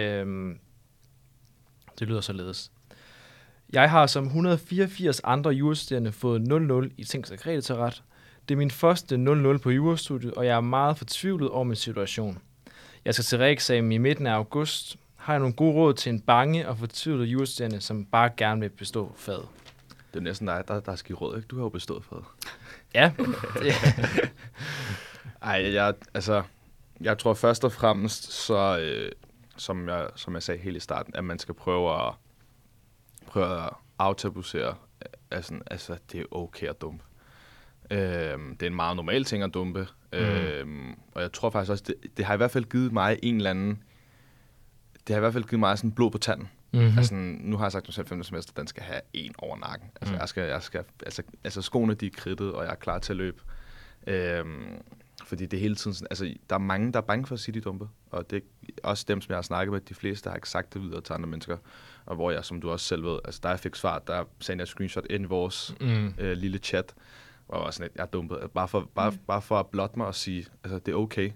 Det lyder således. Jeg har som 184 andre jurastuderende fået 0,0 i Tings og Kreditaret. Det er min første 0,0 på jurastudiet, og jeg er meget fortvivlet over min situation. Jeg skal til reeksamen i midten af august. Har jeg nogle gode råd til en bange og fortvivlet jurastuderende, som bare gerne vil bestå faget? Det er næsten dig, der er skidt råd, ikke? Du har jo bestået faget. Ja. Jeg tror først og fremmest, så... Som jeg sagde helt i starten, at man skal prøve at aftabuisere, altså det er okay at dumpe. Det er en meget normal ting at dumpe, og jeg tror faktisk også, det har i hvert fald givet mig sådan blod på tanden. Altså, nu har jeg sagt, at selv 5. semester, den skal have en over nakken. Altså, skoene de er kridtet, og jeg er klar til at løbe. Fordi det hele tiden... Altså, der er mange, der er bange for at sige, de dumpe. Og det er også dem, som jeg har snakket med. De fleste har ikke sagt det videre til andre mennesker. Og hvor jeg, som du også selv ved... Altså, da jeg fik svar, der sendte jeg et screenshot ind i vores lille chat. Hvor jeg var sådan, at jeg er dumpet. Bare for at blotte mig og sige, altså, det er okay.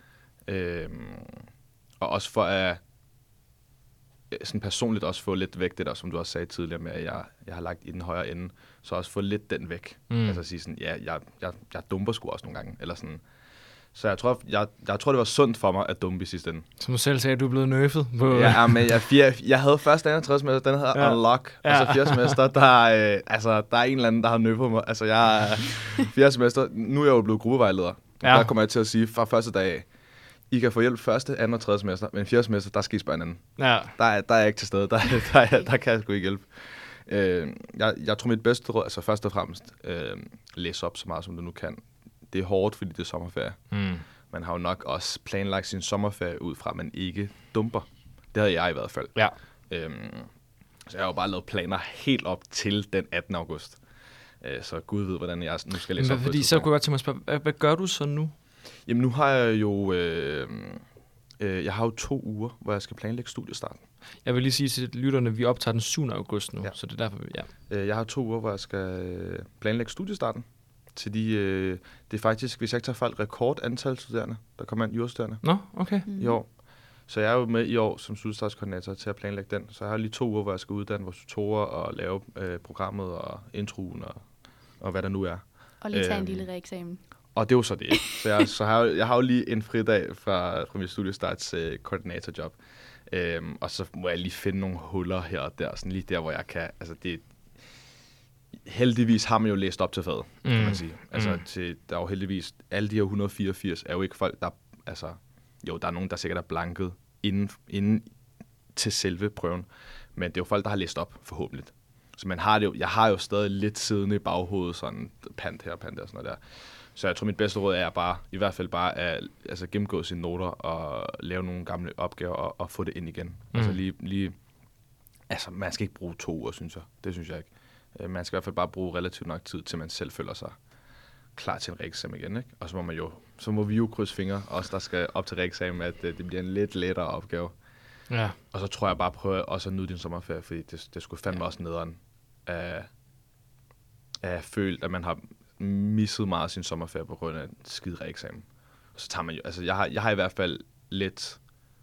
Og også for at... sådan personligt også få lidt væk det der, som du også sagde tidligere med, at jeg har lagt i den højre ende, så også få lidt den væk. Altså at sige sådan, jeg dumper sgu også nogle gange, eller sådan. Så jeg tror, det var sundt for mig at dumpe i sidste ende. Som du selv sagde, du er blevet nerfed på... Ja, men jeg havde først, anden og tredje semester, den hedder Unlock, og så 4. semester, der er en eller anden, der har nerfed mig. Altså jeg er 4. semester, nu er jeg jo blevet gruppevejleder. Der kommer jeg til at sige fra første dag af, I kan få hjælp første, anden og tredje semester, men 4. semester, der skal I spørge en anden. Ja. Der er jeg ikke til stede. Der kan jeg sgu ikke hjælpe. Jeg tror mit bedste råd, altså først og fremmest, læse op så meget, som du nu kan. Det er hårdt, fordi det er sommerferie. Man har jo nok også planlagt sin sommerferie ud fra, at man ikke dumper. Det havde jeg i hvert fald. Ja. Så jeg har jo bare lavet planer helt op til den 18. august. Så Gud ved, hvordan jeg nu skal læse op. Fordi så kunne jeg godt tænke mig at spørge, hvad gør du så nu? Jamen nu har jeg jo... jeg har jo 2 uger, hvor jeg skal planlægge studiestarten. Jeg vil lige sige til lytterne, at vi optager den 7. august nu, så det er derfor, jeg har 2 uger, hvor jeg skal planlægge studiestarten. Til det er faktisk, hvis jeg ikke tager fejl, rekordantal studerende, der kommer ind jurastuderende. Nå, okay. I år. Så jeg er jo med i år som studiestartskoordinator til at planlægge den. Så jeg har lige 2 uger, hvor jeg skal uddanne vores tutorer og lave programmet og introen og hvad der nu er. Og lige tage en lille reeksamen. Og det er jo så det. Så jeg har jo lige en fridag fra min studiestarts koordinatorjob. Og så må jeg lige finde nogle huller her og der, sådan lige der, hvor jeg kan... Altså det, heldigvis har man jo læst op til faget, kan man sige. Altså der er jo heldigvis... Alle de her 184 er jo ikke folk, der... Altså, jo, der er nogen, der sikkert er blanket inden til selve prøven. Men det er jo folk, der har læst op, forhåbentlig. Så man har det jo, jeg har jo stadig lidt siddende i baghovedet, sådan pant her, pant der, sådan noget der. Så jeg tror, mit bedste råd er bare, i hvert fald bare at gennemgå sine noter og lave nogle gamle opgaver og få det ind igen. Altså man skal ikke bruge 2 uger, synes jeg. Det synes jeg ikke. Man skal i hvert fald bare bruge relativt nok tid, til man selv føler sig klar til en reeksamen igen, ikke? Og så må vi jo krydse fingre, også der skal op til reeksamen, at det bliver en lidt lettere opgave. Ja. Og så tror jeg bare prøve også at nyde din sommerferie, fordi det skulle fandme også nederen af følt, at man har misset meget af sin sommerferie på grund af en skide reeksamen. Og så tager man jo, altså jeg har i hvert fald lidt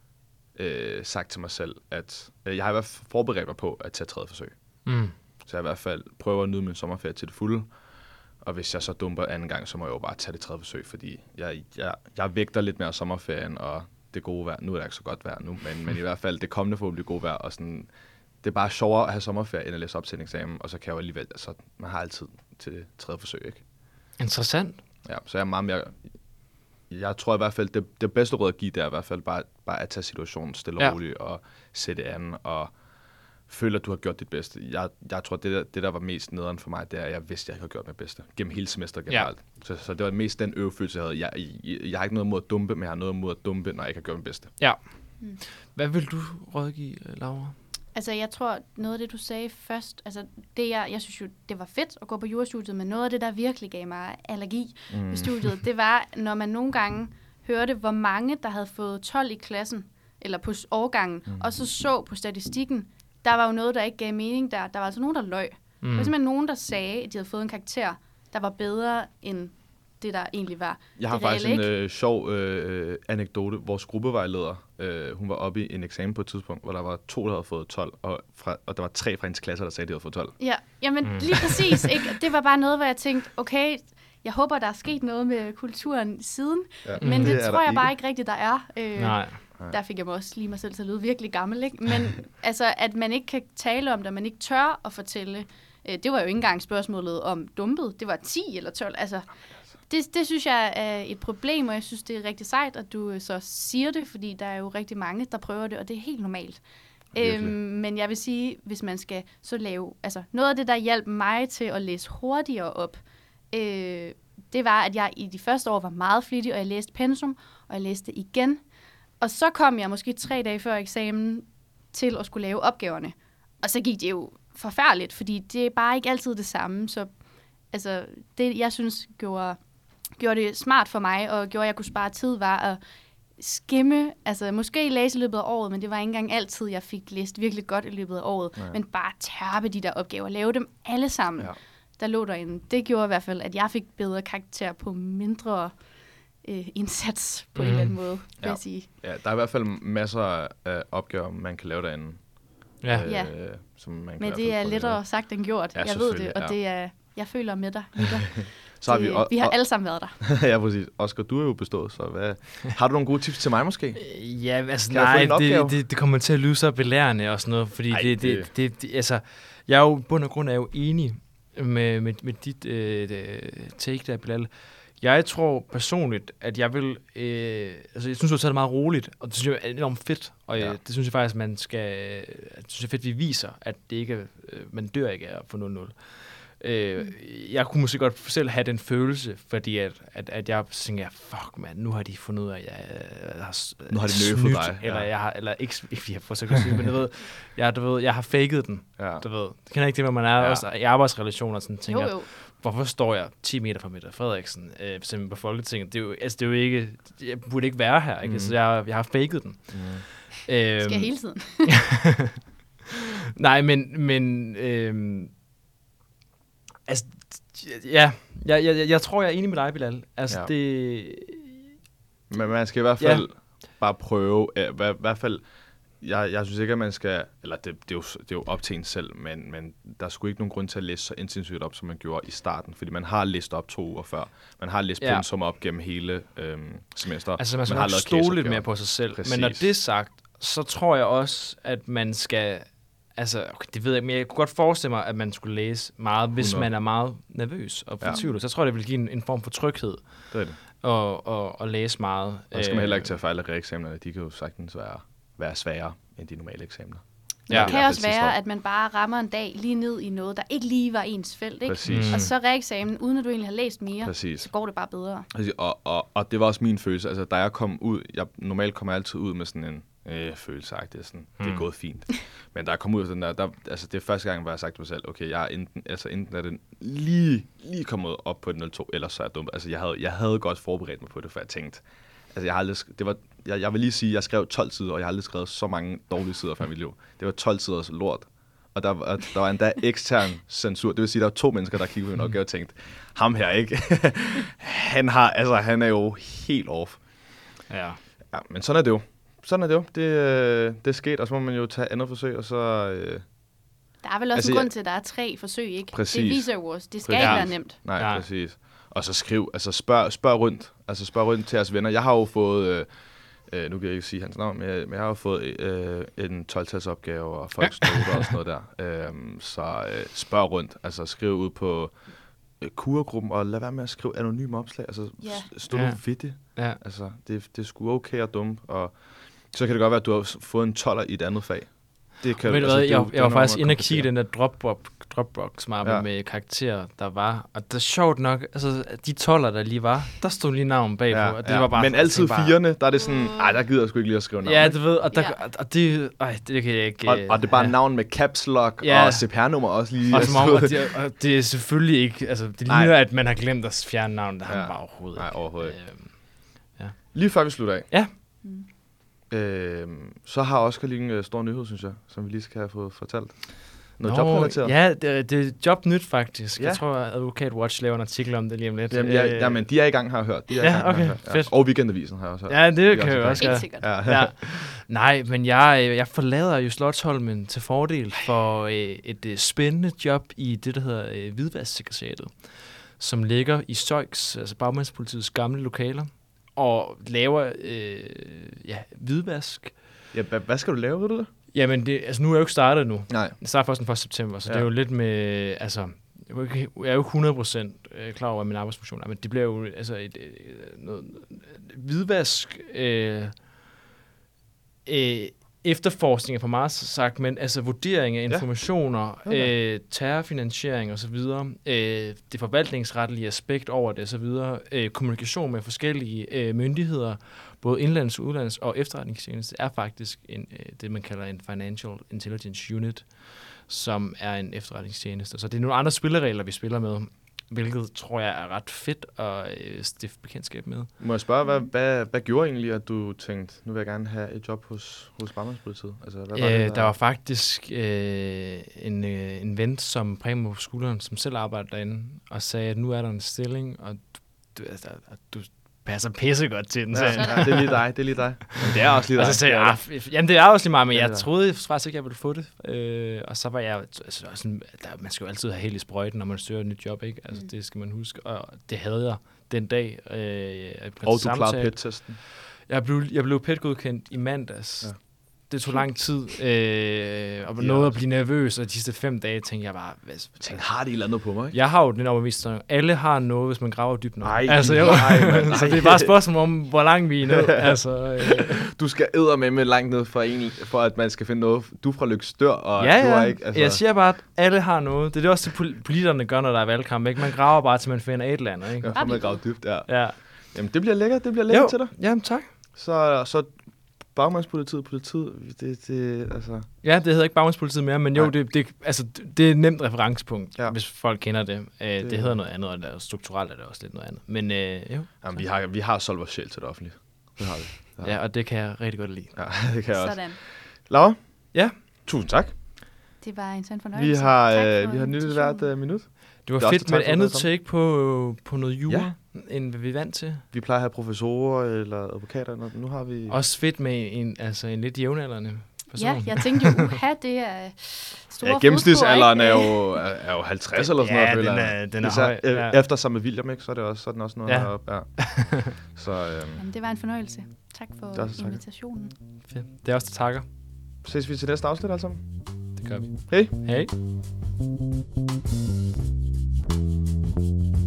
sagt til mig selv, at jeg har i hvert fald forberedt mig på at tage 3. forsøg. Så jeg i hvert fald prøver at nyde min sommerferie til det fulde. Og hvis jeg så dumper anden gang, så må jeg jo bare tage det 3. forsøg, fordi jeg vægter lidt mere sommerferien og det gode vejr. Nu er det ikke så godt vejr nu, men i hvert fald det kommende forhåbentlig gode vejr. Og sådan, det er bare sjovere at have sommerferie, end at læse op til en eksamen, og så kan jeg jo alligevel, altså man har altid til det 3. forsøg, ikke? Interessant. Ja, så jeg er meget mere... Jeg tror i hvert fald, det bedste råd at give, det er i hvert fald bare at tage situationen stille og roligt og sætte an og føle, at du har gjort dit bedste. Jeg tror, det der var mest nederen for mig, det er, at jeg vidste, at jeg ikke har gjort mit bedste. Gennem hele semesteret generelt. Ja. Så det var mest den øvefølelse, jeg havde. Jeg har ikke noget mod at dumpe, men jeg har noget mod at dumpe, når jeg ikke har gjort mit bedste. Ja. Hvad vil du rådgive, Laura? Altså, jeg tror, noget af det, du sagde først, altså, jeg synes jo, det var fedt at gå på jurastudiet, men noget af det, der virkelig gav mig allergi i studiet, det var, når man nogle gange hørte, hvor mange, der havde fået 12 i klassen, eller på årgangen, og så på statistikken, der var jo noget, der ikke gav mening der. Der var altså nogen, der løg. Der var simpelthen nogen, der sagde, at de havde fået en karakter, der var bedre end det, der egentlig var. Jeg har faktisk en sjov anekdote. Vores gruppevejleder, hun var oppe i en eksamen på et tidspunkt, hvor der var 2, der havde fået 12, og der var 3 fra hendes klasse, der sagde, at de havde fået 12. Ja, jamen lige præcis. Ikke? Det var bare noget, hvor jeg tænkte, okay, jeg håber, der er sket noget med kulturen siden, men det tror jeg bare ikke rigtigt, der er. Nej. Der fik jeg også lige mig selv til at lyde virkelig gammel, ikke? Men altså, at man ikke kan tale om det, man ikke tør at fortælle, det var jo ikke engang spørgsmålet om dumpet. Det var 10 eller 12. Altså, det synes jeg er et problem, og jeg synes, det er rigtig sejt, at du så siger det, fordi der er jo rigtig mange, der prøver det, og det er helt normalt. Men jeg vil sige, hvis man skal så lave... Altså, noget af det, der hjalp mig til at læse hurtigere op, det var, at jeg i de første år var meget flittig, og jeg læste pensum, og jeg læste igen. Og så kom jeg måske 3 dage før eksamen til at skulle lave opgaverne. Og så gik det jo forfærdeligt, fordi det er bare ikke altid det samme. Så altså, det, jeg synes, gjorde det smart for mig, og gjorde, at jeg kunne spare tid, var at skimme, altså måske læse i løbet af året, men det var ikke engang altid, jeg fik læst virkelig godt i løbet af året. Ja. Men bare tærpe de der opgaver, lave dem alle sammen. Ja. Der lå derinde. Det gjorde i hvert fald, at jeg fik bedre karakter på mindre indsats på en eller anden måde, vil jeg sige. Ja, der er i hvert fald masser af opgaver, man kan lave derinde. Ja. Som man men det er lettere sagt end gjort. Ja, jeg ved det, og det er, jeg føler med dig. Så har vi har alle sammen været der. Ja, præcis. Oscar, du er jo bestået, så har du nogle gode tips til mig måske? Ja, altså nej, det kommer til at lyde så belærende og sådan noget, fordi altså, jeg er jo bund og grund er jo enig med dit take der, Bilal. Jeg tror personligt, at jeg vil... altså, jeg synes, du har taget det meget roligt, og det synes jeg er enormt fedt. Og det synes jeg faktisk, man skal... Det synes jeg fedt, vi viser, at det ikke man dør ikke af at få 0-0. Jeg kunne måske godt selv have den følelse, fordi at jeg tænker, fuck man, nu har de fundet ud af, at jeg har nu har de nøffet dig. Eller jeg har, eller ikke jeg har forsøgt at sige, men du ved, jeg har faket den. Ja. Du ved, det kan ikke det, hvor man er også i arbejdsrelationer, sådan tænker, jo. Hvorfor står jeg 10 meter fra Mette Frederiksen, simpelthen på Folketinget? Det er jo ikke, jeg burde ikke være her, ikke? Så jeg har faket den. Skal hele tiden. Nej, men altså, ja, jeg tror, jeg er enig med dig, Bilal. Altså, det... Men man skal i hvert fald bare prøve, i hvert fald, jeg synes ikke, at man skal, eller det er jo op til en selv, men der er sgu ikke nogen grund til at læse så intensivt op, som man gjorde i starten, fordi man har læst op 2 uger før. Man har læst pensum op gennem hele semester. Altså, man skal stole lidt mere på sig selv. Præcis. Men når det er sagt, så tror jeg også, at man skal... Altså, okay, det ved jeg, men jeg kunne godt forestille mig, at man skulle læse meget, hvis 100. Man er meget nervøs og fortvivlet. Så jeg tror, det vil give en form for tryghed. Det er det. Og læse meget. Og skal man heller ikke tage fejl af reeksamenerne. De kan jo sagtens være sværere end de normale eksamener. Det kan også være, at man bare rammer en dag lige ned i noget, der ikke lige var ens felt, ikke? Præcis. Og så reeksamen, uden at du egentlig har læst mere, Præcis. så går det bare bedre. Præcis. Og det var også min følelse. Altså, da jeg kom ud, normalt kommer jeg altid ud med sådan en følelse, det er sådan, det er gået fint. Men da jeg kom ud af den der, altså det er første gang, hvor jeg har sagt til mig selv, okay, jeg er enten er den lige kommet op på et 02, eller så er jeg dum. Altså, jeg havde godt forberedt mig på det, for jeg tænkte, altså jeg vil lige sige, jeg skrev 12 sider, og jeg har aldrig skrevet så mange dårlige sider fra mit liv. Det var 12 sider lort. Og der var endda ekstern censur. Det vil sige, der var 2 mennesker, der kiggede på min opgave og tænkte, ham her, ikke? han er jo helt off. Ja, men sådan er det jo. Det er sket, og så må man jo tage andet forsøg, og så... Der er vel også en grund til, at der er 3 forsøg, ikke? Præcis. Det viser jo også. Det skal ikke være nemt. Nej, præcis. Og så skriv, altså spørg rundt. Altså spørg rundt til jeres venner. Jeg har jo fået... nu kan jeg ikke sige hans navn, men jeg har jo fået en 12-talsopgave og folks noter og sådan noget der. Så spørg rundt. Altså skriv ud på kurgruppen, og lad være med at skrive anonyme opslag. Altså stå ved det. Ja. Altså det er sgu okay og dumt. Og så kan det godt være, at du har fået en 12'er i et andet fag. Det kan, jeg var faktisk inde og kigge den der Dropbox-mappe med karakterer, der var. Og det er sjovt nok, altså de 12'er, der lige var, der stod lige navn bagpå. Og det var bare, men altid 4'erne, der er det sådan, der gider jeg sgu ikke lige at skrive navn. Ja, du ved, og det kan jeg ikke... Og det er bare navn med caps lock og CPR-nummer også lige. Og det er selvfølgelig ikke, altså det ligner, at man har glemt at fjerne navnet, der har man bare overhovedet ikke. Nej, overhovedet ikke. Lige før vi slutter af. Ja. Så har Oscar lige en stor nyhed, synes jeg, som vi lige skal have fået fortalt. Noget jobrelateret? Ja, det er jobnyt faktisk. Ja. Jeg tror, at Advocate Watch laver en artikel om det lige om lidt. Jamen, de er i gang, har jeg hørt. Fedt. Og Weekendavisen har jeg også hørt. Ja, det kan jeg også. Helt sikkert. Ja. Nej, men jeg forlader jo Slotsholmen til fordel for et spændende job i det, der hedder Hvidvasksekretariatet, som ligger i Søjks, altså Bagmandspolitiets gamle lokaler, og laver hvidvask. Ja, hvad skal du lave, ved du det? Jamen, nu er jeg jo ikke startet nu. Nej. Det starter først den 1. september, så det er jo lidt med, altså, jeg er jo 100% klar over min arbejdsfunktion, men det bliver jo altså noget hvidvask, efterforskning er for meget sagt, men altså vurdering af informationer, terrorfinansiering osv., det forvaltningsretlige aspekt over det osv., kommunikation med forskellige myndigheder, både indlands, udlands og efterretningstjeneste, er faktisk det, man kalder en Financial Intelligence Unit, som er en efterretningstjeneste. Så det er nogle andre spilleregler, vi spiller med, hvilket tror jeg er ret fedt at stifte bekendtskab med. Må jeg spørge, hvad gjorde egentlig, at du tænkte, nu vil jeg gerne have et job hos Bagmandspolitiet? Altså, der var faktisk en ven, som prægte mig på skulderen, som selv arbejdede derinde, og sagde, at nu er der en stilling, og du passer pissegodt til den. Ja, det er lige dig. Men det er også lige dig. Og så sagde jeg, jamen det er også lige meget, men jeg troede faktisk ikke, jeg ville få det. Og så var jeg, sådan, man skal jo altid have held i sprøjten, når man søger et nyt job, ikke? Altså det skal man huske, og det havde jeg den dag. Og du klarede PET-testen? Jeg blev PET-godkendt i mandags. Ja. Det tog lang tid, og nåede at blive nervøs, og de sidste 5 dage tænkte jeg bare... har de et eller andet på mig, ikke? Jeg har jo den overbevisning, alle har noget, hvis man graver dybt nok. Nej, så det er bare et spørgsmål om, hvor langt vi er ned. Altså, Du skal med langt ned for at man skal finde noget. Du er fra Løgstør, og du har ikke... Altså... Jeg siger bare, at alle har noget. Det er det også, det politikerne gør, når der er valgkamp, ikke? Man graver bare, til man finder et eller andet, ikke? Ja, for man graver dybt, ja. Jamen, det bliver lækkert til dig. Jamen, tak. Så Bagmandspolitiet, altså... Ja, det hedder ikke Bagmandspolitiet mere, men jo, det er et nemt referencepunkt, hvis folk kender det. Det hedder noget andet, og strukturelt er det også lidt noget andet. Men jo. Jamen, vi har solgt vores sjæl til det offentlige. Det har vi. Ja, og det kan jeg rigtig godt lide. Ja, det kan jeg også. Sådan. Laura? Ja? Tusind tak. Det var en sand fornøjelse. Vi har nyttet hvert minut. Det var fedt med et andet take på noget jura, end vi er vant til. Vi plejer at have professorer eller advokater, nu har vi... Også fedt med en lidt jævnaldrende person. Ja, jeg tænkte jo, det er store gennemsnitsalderen er jo 50 eller sådan noget, føler jeg. Den er høj. Efter sammen med William, ikke, så er det også noget heroppe. Ja. Så, jamen, det var en fornøjelse. Tak for invitationen. Fedt. Det er også, der takker. Ses vi til næste afsnit, altså? Det gør vi. Hej. Hej.